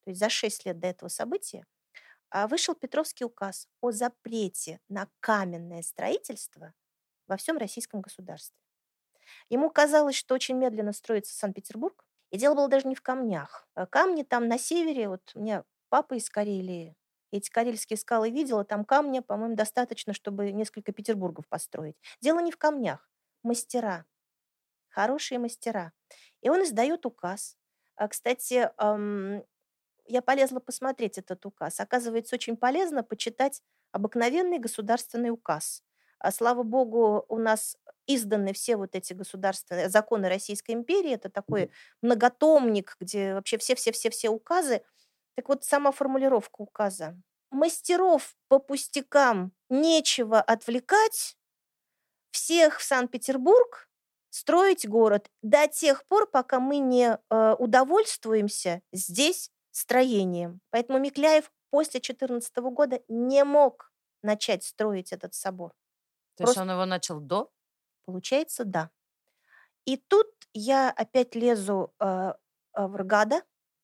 то есть за шесть лет до этого события, а, вышел Петровский указ о запрете на каменное строительство во всем российском государстве. Ему казалось, что очень медленно строится Санкт-Петербург, и дело было даже не в камнях. А камни там на севере, вот у меня папа из Карелии, эти карельские скалы видела, там камня, по-моему, достаточно, чтобы несколько Петербургов построить. Дело не в камнях, мастера, хорошие мастера. И он издает указ. А, Кстати, ам, я полезла посмотреть этот указ. Оказывается, очень полезно почитать обыкновенный государственный указ. А, слава богу, у нас изданы все вот эти государственные законы Российской империи. Это такой многотомник, где вообще все-все-все-все указы. Так вот, сама формулировка указа. Мастеров по пустякам нечего отвлекать, всех в Санкт-Петербург, строить город до тех пор, пока мы не э, удовольствуемся здесь строением. Поэтому Микляев после четырнадцатого года не мог начать строить этот собор. То есть Просто он его начал до? получается, да. И тут я опять лезу э, э, в РГАДа.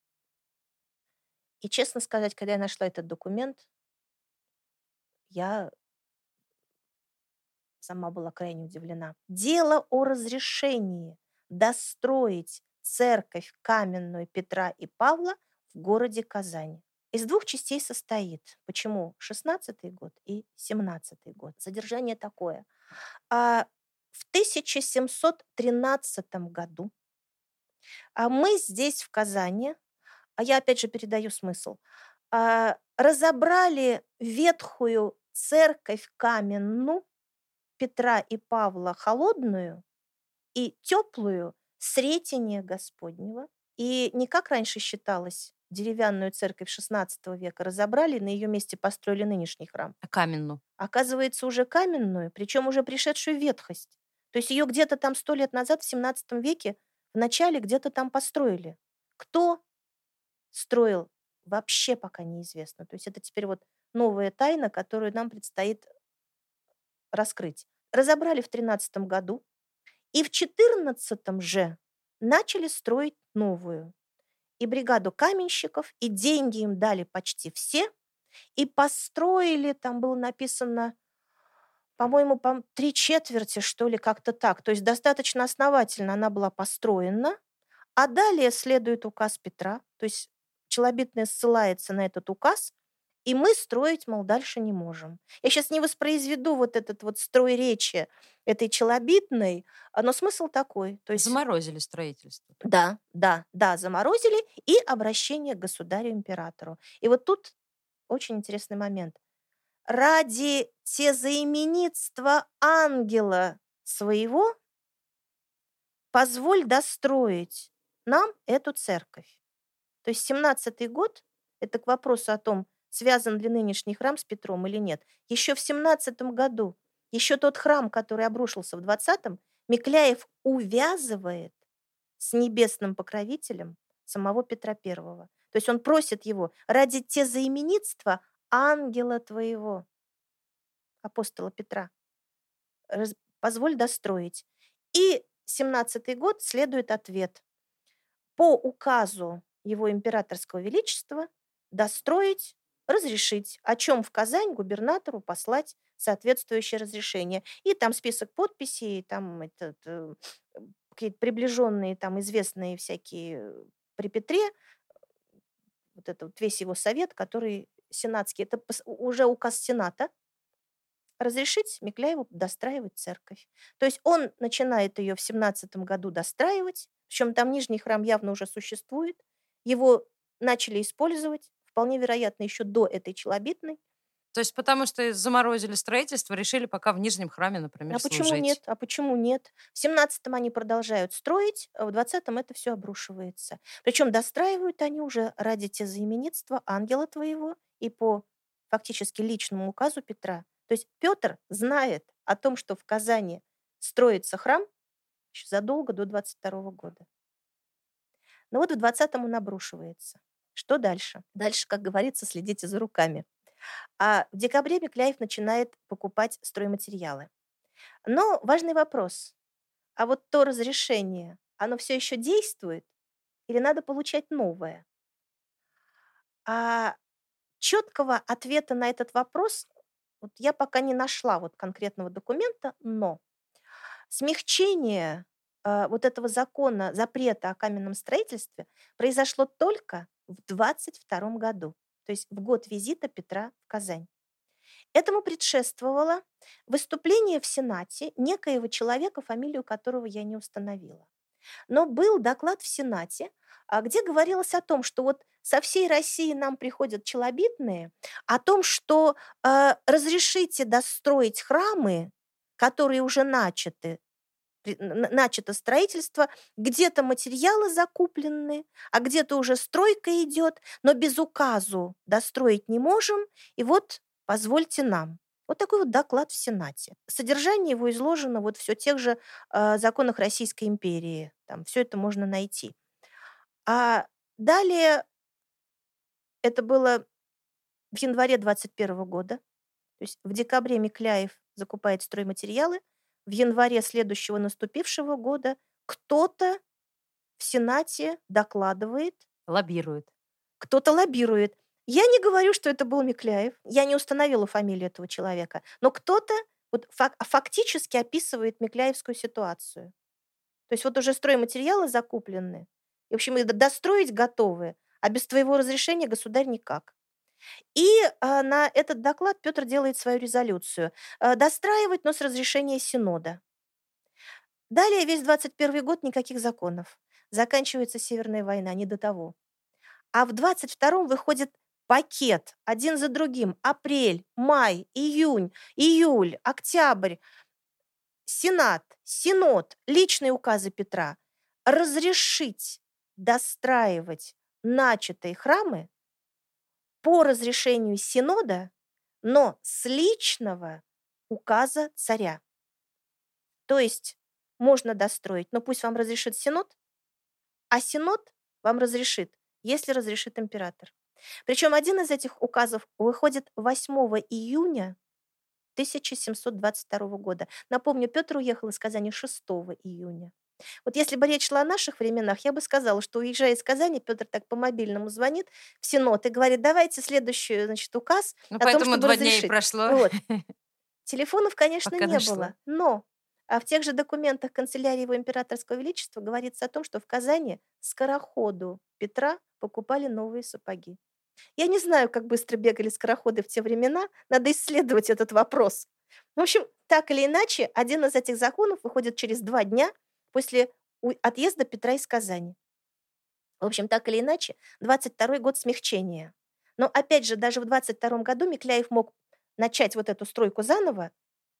И, честно сказать, когда я нашла этот документ, я сама была крайне удивлена. Дело о разрешении достроить церковь каменную Петра и Павла в городе Казани. Из двух частей состоит. Почему? Шестнадцатый год и семнадцатый год. Содержание такое. А в тысяча семьсот тринадцатом году а мы здесь, в Казани, а я опять же передаю смысл, а, разобрали ветхую церковь каменную Петра и Павла холодную и теплую Сретения Господнего. И не как раньше считалось, деревянную церковь шестнадцатого века разобрали, на ее месте построили нынешний храм. А каменную? Оказывается, уже каменную, причем уже пришедшую в ветхость. То есть ее где-то там сто лет назад, в семнадцатом веке, в начале где-то там построили. Кто строил, вообще пока неизвестно. То есть это теперь вот новая тайна, которую нам предстоит раскрыть. Разобрали в тринадцатом году, и в четырнадцатом же начали строить новую. И бригаду каменщиков, и деньги им дали почти все, и построили, там было написано, по-моему, пом- три четверти, что ли, как-то так. То есть достаточно основательно она была построена, а далее следует указ Петра, то есть Челобитная ссылается на этот указ, и мы строить, мол, дальше не можем. Я сейчас не воспроизведу вот этот вот строй речи этой Челобитной, а, но смысл такой. То есть Заморозили строительство. да, да, да, заморозили и обращение к государю-императору. И вот тут очень интересный момент. Ради тезаименитства ангела своего позволь достроить нам эту церковь. То есть семнадцатый год, это к вопросу о том, связан ли нынешний храм с Петром или нет. Еще в семнадцатом году, еще тот храм, который обрушился в двадцатом, Микляев увязывает с небесным покровителем самого Петра Первого. То есть он просит его ради тезаименитства ангела твоего, апостола Петра, раз- позволь достроить. И семнадцатый год следует ответ. По указу его императорского величества достроить, разрешить, о чем в Казань губернатору послать соответствующее разрешение. И там список подписей, там этот, э, какие-то приближенные, там известные всякие э, при Петре, вот это вот весь его совет, который сенатский, это пос- у- уже указ Сената, разрешить Микляеву достраивать церковь. То есть он начинает ее в семнадцатом году достраивать, причем там нижний храм явно уже существует, его начали использовать, вполне вероятно, еще до этой челобитной. То есть потому что заморозили строительство, решили пока в Нижнем храме, А например, почему служить. нет? А почему нет? В семнадцатом они продолжают строить, а в двадцатом это все обрушивается. Причем достраивают они уже ради тезаименитства ангела твоего и по фактически личному указу Петра. То есть Петр знает о том, что в Казани строится храм еще задолго до двадцать второго года. Но вот в двадцатом он обрушивается. Что дальше? Дальше, как говорится, следите за руками. А в декабре Микляев начинает покупать стройматериалы. Но важный вопрос. А вот то разрешение, оно все еще действует или надо получать новое? А четкого ответа на этот вопрос вот я пока не нашла вот конкретного документа, но смягчение, а, вот этого закона, запрета о каменном строительстве произошло только в двадцать втором году, то есть в год визита Петра в Казань. Этому предшествовало выступление в Сенате некоего человека, фамилию которого я не установила. Но был доклад в Сенате, а, где говорилось о том, что вот со всей России нам приходят челобитные о том, что э, разрешите достроить храмы, которые уже начаты, при- н- начато строительство, где-то материалы закуплены, а где-то уже стройка идет, но без указу достроить не можем, и вот позвольте нам. Вот такой вот доклад в Сенате. Содержание его изложено вот все тех же э, законах Российской империи. Там все это можно найти. А далее это было в январе двадцать первого года. То есть в декабре Микляев закупает стройматериалы, в январе следующего наступившего года кто-то в Сенате докладывает, Лоббирует. кто-то лоббирует. Я не говорю, что это был Микляев, я не установила фамилию этого человека, но кто-то вот фак- фактически описывает микляевскую ситуацию. То есть вот уже стройматериалы закуплены, и, в общем, и д- достроить готовы, а без твоего разрешения, государь, никак. И а, на этот доклад Петр делает свою резолюцию. А, достраивать, но с разрешения Синода. Далее весь двадцать первый год никаких законов. Заканчивается Северная война, не до того. А в двадцать втором выходит пакет один за другим. Апрель, май, июнь, июль, октябрь. Сенат, Синод, личные указы Петра. Разрешить достраивать начатые храмы по разрешению Синода, но с личного указа царя. То есть можно достроить, но пусть вам разрешит Синод, а Синод вам разрешит, если разрешит император. Причем один из этих указов выходит восьмого июня тысяча семьсот двадцать второго года. Напомню, Петр уехал из Казани шестого июня. Вот если бы речь шла о наших временах, я бы сказала, что, уезжая из Казани, Петр так по мобильному звонит в Синод и говорит, давайте следующий, значит, указ Ну, о том, поэтому чтобы два дня и разрешить. прошло, Вот. Телефонов, конечно, пока не дошло. было, но а в тех же документах канцелярии его императорского величества говорится о том, что в Казани скороходу Петра покупали новые сапоги. Я не знаю, как быстро бегали скороходы в те времена, надо исследовать этот вопрос. В общем, так или иначе, один из этих законов выходит через два дня после у- отъезда Петра из Казани. В общем, так или иначе, двадцать второй год смягчения. Но опять же, даже в двадцать втором году Микляев мог начать вот эту стройку заново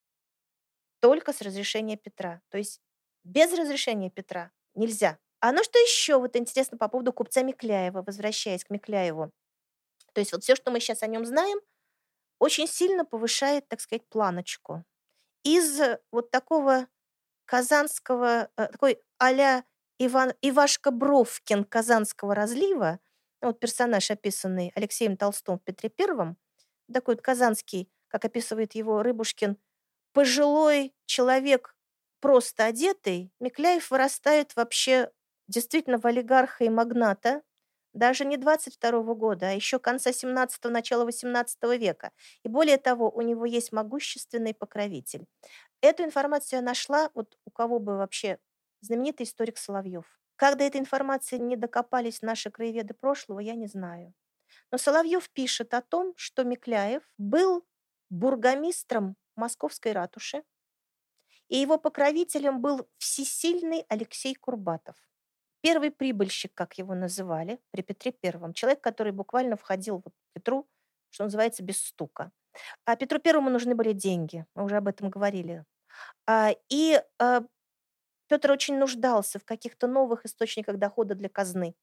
только с разрешения Петра. То есть без разрешения Петра нельзя. А ну что еще вот интересно по поводу купца Микляева, возвращаясь к Микляеву. То есть вот все, что мы сейчас о нем знаем, очень сильно повышает, так сказать, планочку. Из э, вот такого казанского, э, такой а-ля Иван, Ивашка Бровкин казанского разлива, ну, вот персонаж, описанный Алексеем Толстым в Петре Первом, такой вот казанский, как описывает его Рыбушкин, пожилой человек, просто одетый, Микляев вырастает вообще действительно в олигарха и магната, даже не двадцать второго года, а еще конца семнадцатого, начала восемнадцатого века. И более того, у него есть могущественный покровитель. Эту информацию я нашла, вот у кого бы вообще, знаменитый историк Соловьев. Как до этой информации не докопались наши краеведы прошлого, я не знаю. Но Соловьев пишет о том, что Микляев был бургомистром Московской ратуши, и его покровителем был всесильный Алексей Курбатов. Первый прибыльщик, как его называли, при Петре Первом. Человек, который буквально входил вот к Петру, что называется, без стука. А Петру Первому нужны были деньги. Мы уже об этом говорили. А, И а, Петр очень нуждался в каких-то новых источниках дохода для казны.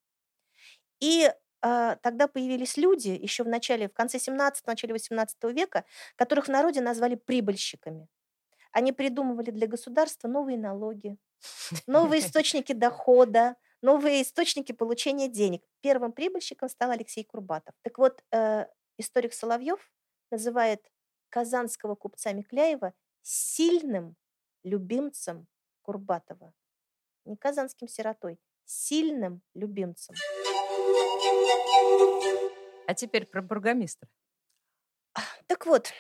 И а, тогда появились люди еще в начале, в конце семнадцатого, начале восемнадцатого века, которых в народе назвали прибыльщиками. Они придумывали для государства новые налоги, новые источники дохода, новые источники получения денег. Первым прибыльщиком стал Алексей Курбатов. Так вот, э, историк Соловьев называет казанского купца Микляева сильным любимцем Курбатова. Не казанским сиротой, сильным любимцем. А теперь про бургомистра. Так вот,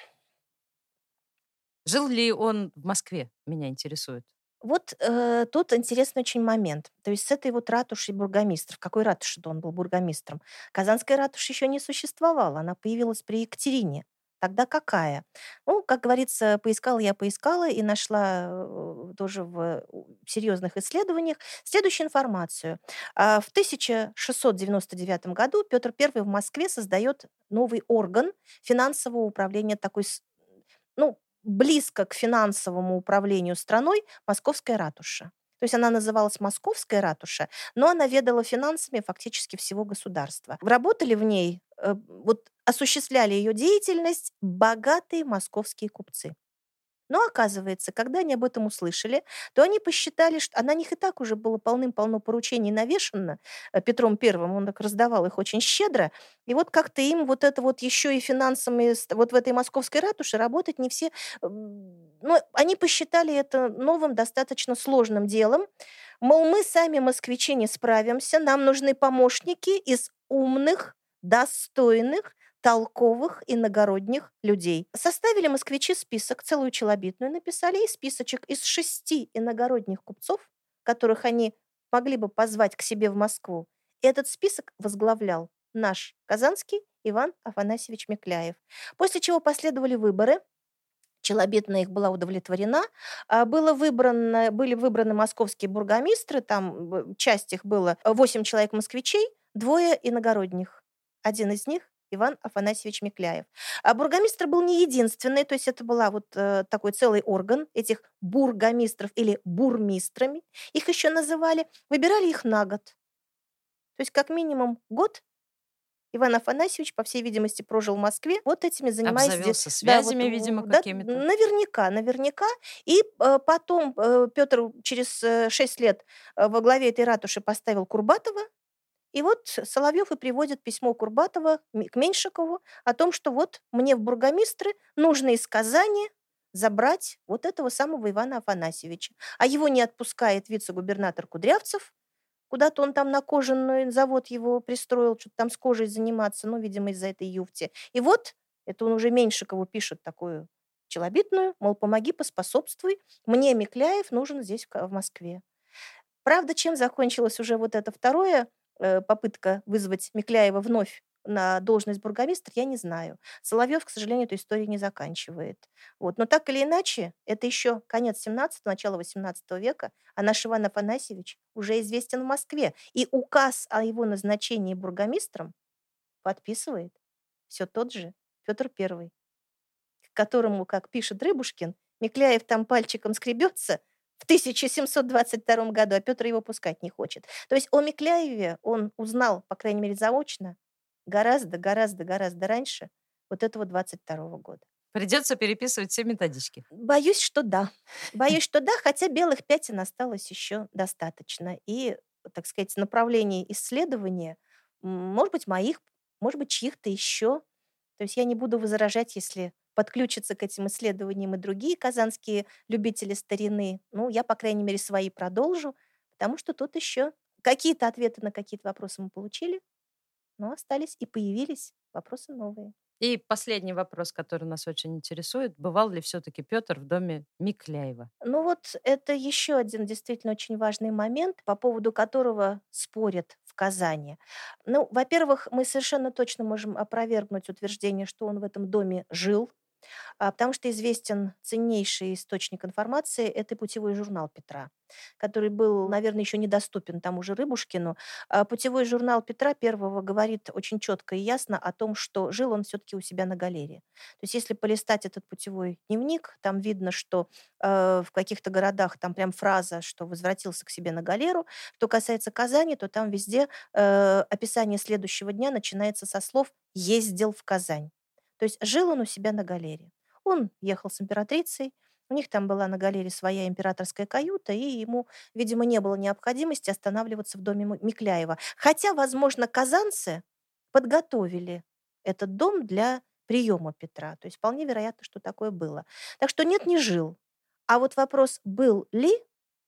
Жил ли он в Москве? Меня интересует. вот э, тут интересный очень момент. То есть с этой вот ратушей бургомистр, в какой ратуше-то он был бургомистром? Казанская ратуша еще не существовала, она появилась при Екатерине. Тогда какая? Ну, как говорится, поискала я, поискала и нашла э, тоже в у- серьезных исследованиях следующую информацию. А, В тысяча шестьсот девяносто девятом году Петр Первый в Москве создает новый орган финансового управления такой, с- ну, близко к финансовому управлению страной Московская ратуша. То есть она называлась Московская ратуша, но она ведала финансами фактически всего государства. Работали в ней, э, вот осуществляли ее деятельность богатые московские купцы. Но оказывается, когда они об этом услышали, то они посчитали, что а на них и так уже было полным-полно поручений навешано э, Петром Первым, он так раздавал их очень щедро. И вот как-то им вот это вот еще и финансами ст- вот в этой московской ратуше работать не все... м, Ну, они посчитали это новым, достаточно сложным делом. Мол, мы сами, москвичи, не справимся, нам нужны помощники из умных, достойных, толковых иногородних людей. Составили москвичи список, целую челобитную написали, и списочек из шести иногородних купцов, которых они могли бы позвать к себе в Москву. Этот список возглавлял наш казанский Иван Афанасьевич Микляев. После чего последовали выборы. Челобитная их была удовлетворена. А, Было выбрано, были выбраны московские бургомистры, там э, часть их было восемь человек москвичей, двое иногородних. Один из них Иван Афанасьевич Микляев. А бургомистр был не единственный, то есть это была вот э, такой целый орган этих бургомистров или бурмистрами, их еще называли, выбирали их на год. То есть как минимум год Иван Афанасьевич, по всей видимости, прожил в Москве, вот этими занимаясь, де- Обзавелся да, вот, связями, видимо, у- да, какими-то. наверняка, наверняка. И э, потом э, Петр через э, шесть лет э, во главе этой ратуши поставил Курбатова, и вот Соловьев и приводит письмо Курбатова м- к Меньшикову о том, что вот мне в бургомистры нужно из Казани забрать вот этого самого Ивана Афанасьевича. А его не отпускает вице-губернатор Кудрявцев, куда-то он там на кожаный завод его пристроил, что-то там с кожей заниматься, ну, видимо, из-за этой юфти. И вот, это он уже Меньшикову пишет такую челобитную, мол, помоги, поспособствуй, мне Микляев нужен здесь, в Ка- в Москве. Правда, чем закончилась уже вот эта вторая э, попытка вызвать Микляева вновь на должность бургомистра, я не знаю. Соловьев, к сожалению, эту историю не заканчивает. Вот. Но так или иначе, это еще конец семнадцатого, начало восемнадцатого века, а наш Иван Афанасьевич уже известен в Москве. И указ о его назначении бургомистром подписывает все тот же Петр Первый, к которому, как пишет Рыбушкин, Микляев там пальчиком скребется в тысяча семьсот двадцать втором году, а Петр его пускать не хочет. То есть о Микляеве он узнал, по крайней мере, заочно, гораздо, гораздо, гораздо раньше вот этого двадцать второго года. Придется переписывать все методички. Боюсь, что да. Боюсь, что да, хотя белых пятен осталось еще достаточно. И, так сказать, направлений исследования, м, может быть, моих, может быть, чьих-то еще. То есть я не буду возражать, если подключатся к этим исследованиям и другие казанские любители старины. Ну, я, по крайней мере, свои продолжу, потому что тут еще какие-то ответы на какие-то вопросы мы получили, но остались и появились вопросы новые. И последний вопрос, который нас очень интересует. Бывал ли все-таки Петр в доме Микляева? Ну вот это еще один действительно очень важный момент, по поводу которого спорят в Казани. Ну, во-первых, мы совершенно точно можем опровергнуть утверждение, что он в этом доме жил, а, потому что известен ценнейший источник информации — это путевой журнал Петра, который был, наверное, еще недоступен тому же Рыбушкину. А, Путевой журнал Петра Первого говорит очень четко и ясно о том, что жил он все-таки у себя на галерее. То есть если полистать этот путевой дневник, там видно, что э, в каких-то городах там прям фраза, что возвратился к себе на галеру. Что касается Казани, то там везде э, описание следующего дня начинается со слов «ездил в Казань». То есть жил он у себя на галере. Он ехал с императрицей, у них там была на галере своя императорская каюта, и ему, видимо, не было необходимости останавливаться в доме М- Микляева. Хотя, возможно, казанцы подготовили этот дом для приема Петра. То есть вполне вероятно, что такое было. Так что нет, не жил. А вот вопрос, был ли,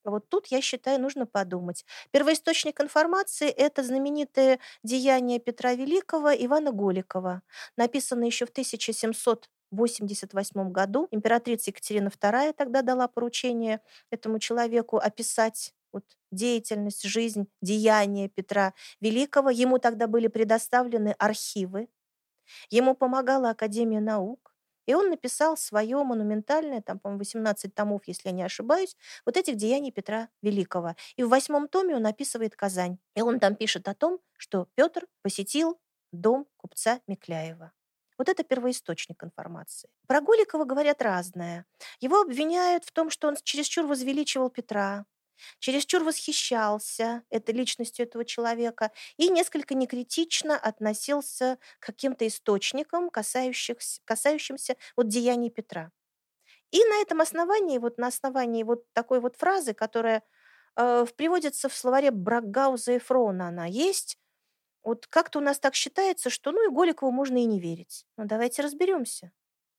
Вот тут, я считаю, нужно подумать. Первоисточник информации — это знаменитые деяния Петра Великого Ивана Голикова, написанные еще в тысяча семьсот восемьдесят восьмом году. Императрица Екатерина вторая тогда дала поручение этому человеку описать вот деятельность, жизнь, деяния Петра Великого. Ему тогда были предоставлены архивы, ему помогала Академия наук, и он написал свое монументальное, там, по-моему, восемнадцать томов, если я не ошибаюсь, вот этих деяний Петра Великого. И в восьмом томе он описывает Казань. И он там пишет о том, что Петр посетил дом купца Микляева. Вот это первоисточник информации. Про Голикова говорят разное. Его обвиняют в том, что он чересчур возвеличивал Петра, чересчур восхищался этой личностью этого человека и несколько некритично относился к каким-то источникам, касающихся, касающимся вот деяний Петра. И на этом основании, вот на основании вот такой вот фразы, которая э, в- приводится в словаре Брагауза и Фрона, она есть, вот как-то у нас так считается, что ну и Голикову можно и не верить. Ну давайте разберемся.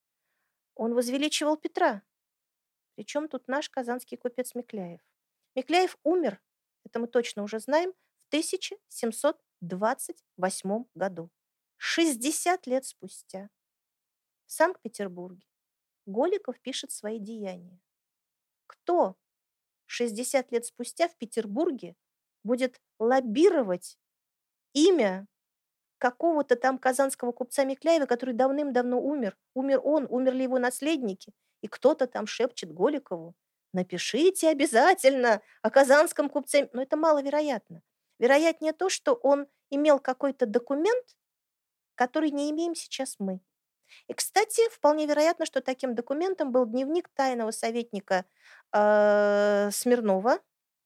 Он возвеличивал Петра. Причем тут наш казанский купец Микляев? Микляев умер, это мы точно уже знаем, в тысяча семьсот двадцать восьмом году. шестьдесят лет спустя в Санкт-Петербурге Голиков пишет свои деяния. Кто шестьдесят лет спустя в Петербурге будет лоббировать имя какого-то там казанского купца Микляева, который давным-давно умер? Умер он, умерли его наследники, и кто-то там шепчет Голикову: напишите обязательно о казанском купце. Но это маловероятно. Вероятнее то, что он имел какой-то документ, который не имеем сейчас мы. И, кстати, вполне вероятно, что таким документом был дневник тайного советника э, Смирнова,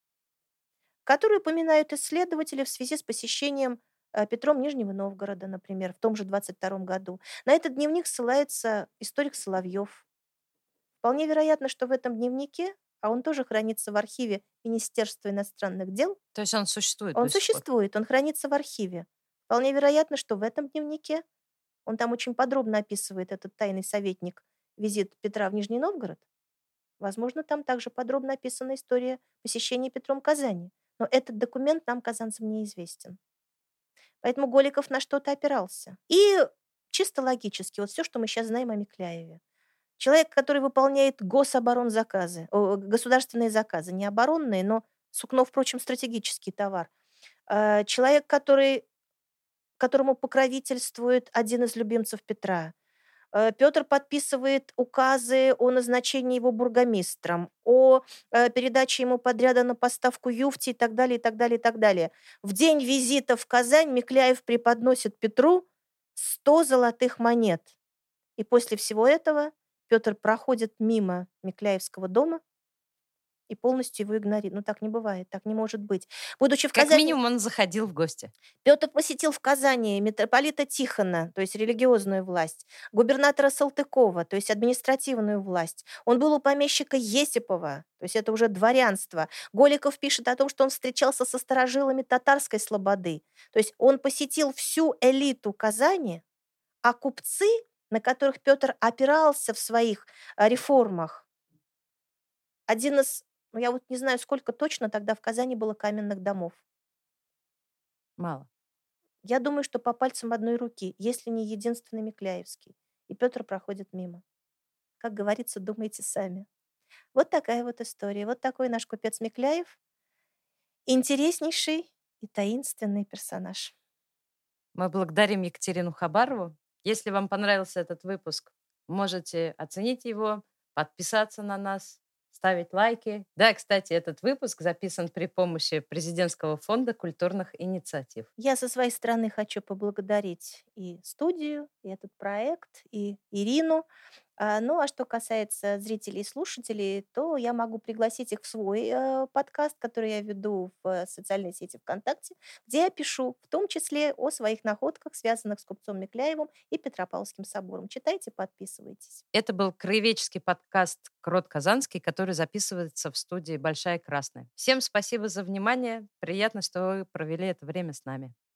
которые упоминают исследователи в связи с посещением э, Петром Нижнего Новгорода, например, в том же двадцать втором году. На этот дневник ссылается историк Соловьев. Вполне вероятно, что в этом дневнике, а он тоже хранится в архиве Министерства иностранных дел, То есть он существует он до сих пор. существует, он хранится в архиве. Вполне вероятно, что в этом дневнике, он там очень подробно описывает, этот тайный советник, визит Петра в Нижний Новгород. Возможно, там также подробно описана история посещения Петром Казани. Но этот документ нам, казанцам, неизвестен. Поэтому Голиков на что-то опирался. И чисто логически, вот все, что мы сейчас знаем о Микляеве. Человек, который выполняет гособоронзаказы, о, государственные заказы, не оборонные, но сукно, впрочем, стратегический товар. Э, Человек, который, которому покровительствует один из любимцев Петра. Э, Петр подписывает указы о назначении его бургомистром, о э, передаче ему подряда на поставку юфти и так далее, и так далее, и так далее. В день визита в Казань Микляев преподносит Петру сто золотых монет. И после всего этого Петр проходит мимо Микляевского дома и полностью его игнорирует. Ну, так не бывает, так не может быть. Будучи в Как Казани, минимум он заходил в гости. Петр посетил в Казани митрополита Тихона, то есть религиозную власть, губернатора Салтыкова, то есть административную власть. Он был у помещика Есипова, то есть это уже дворянство. Голиков пишет о том, что он встречался со старожилами татарской слободы. То есть он посетил всю элиту Казани, а купцы, на которых Петр опирался в своих а, реформах, один из, ну я вот не знаю, сколько точно тогда в Казани было каменных домов. Мало. Я думаю, что по пальцам одной руки, если не единственный Микляевский. И Петр проходит мимо. Как говорится, думайте сами. Вот такая вот история. Вот такой наш купец Микляев. Интереснейший и таинственный персонаж. Мы благодарим Екатерину Хабарову. Если вам понравился этот выпуск, можете оценить его, подписаться на нас, ставить лайки. Да, кстати, этот выпуск записан при помощи Президентского фонда культурных инициатив. Я со своей стороны хочу поблагодарить и студию, и этот проект, и Ирину. А, Ну, а что касается зрителей и слушателей, то я могу пригласить их в свой э, подкаст, который я веду в э, социальной сети ВКонтакте, где я пишу в том числе о своих находках, связанных с купцом Микляевым и Петропавловским собором. Читайте, подписывайтесь. Это был краеведческий подкаст «Крот Казанский», который записывается в студии «Большая Красная». Всем спасибо за внимание. Приятно, что вы провели это время с нами.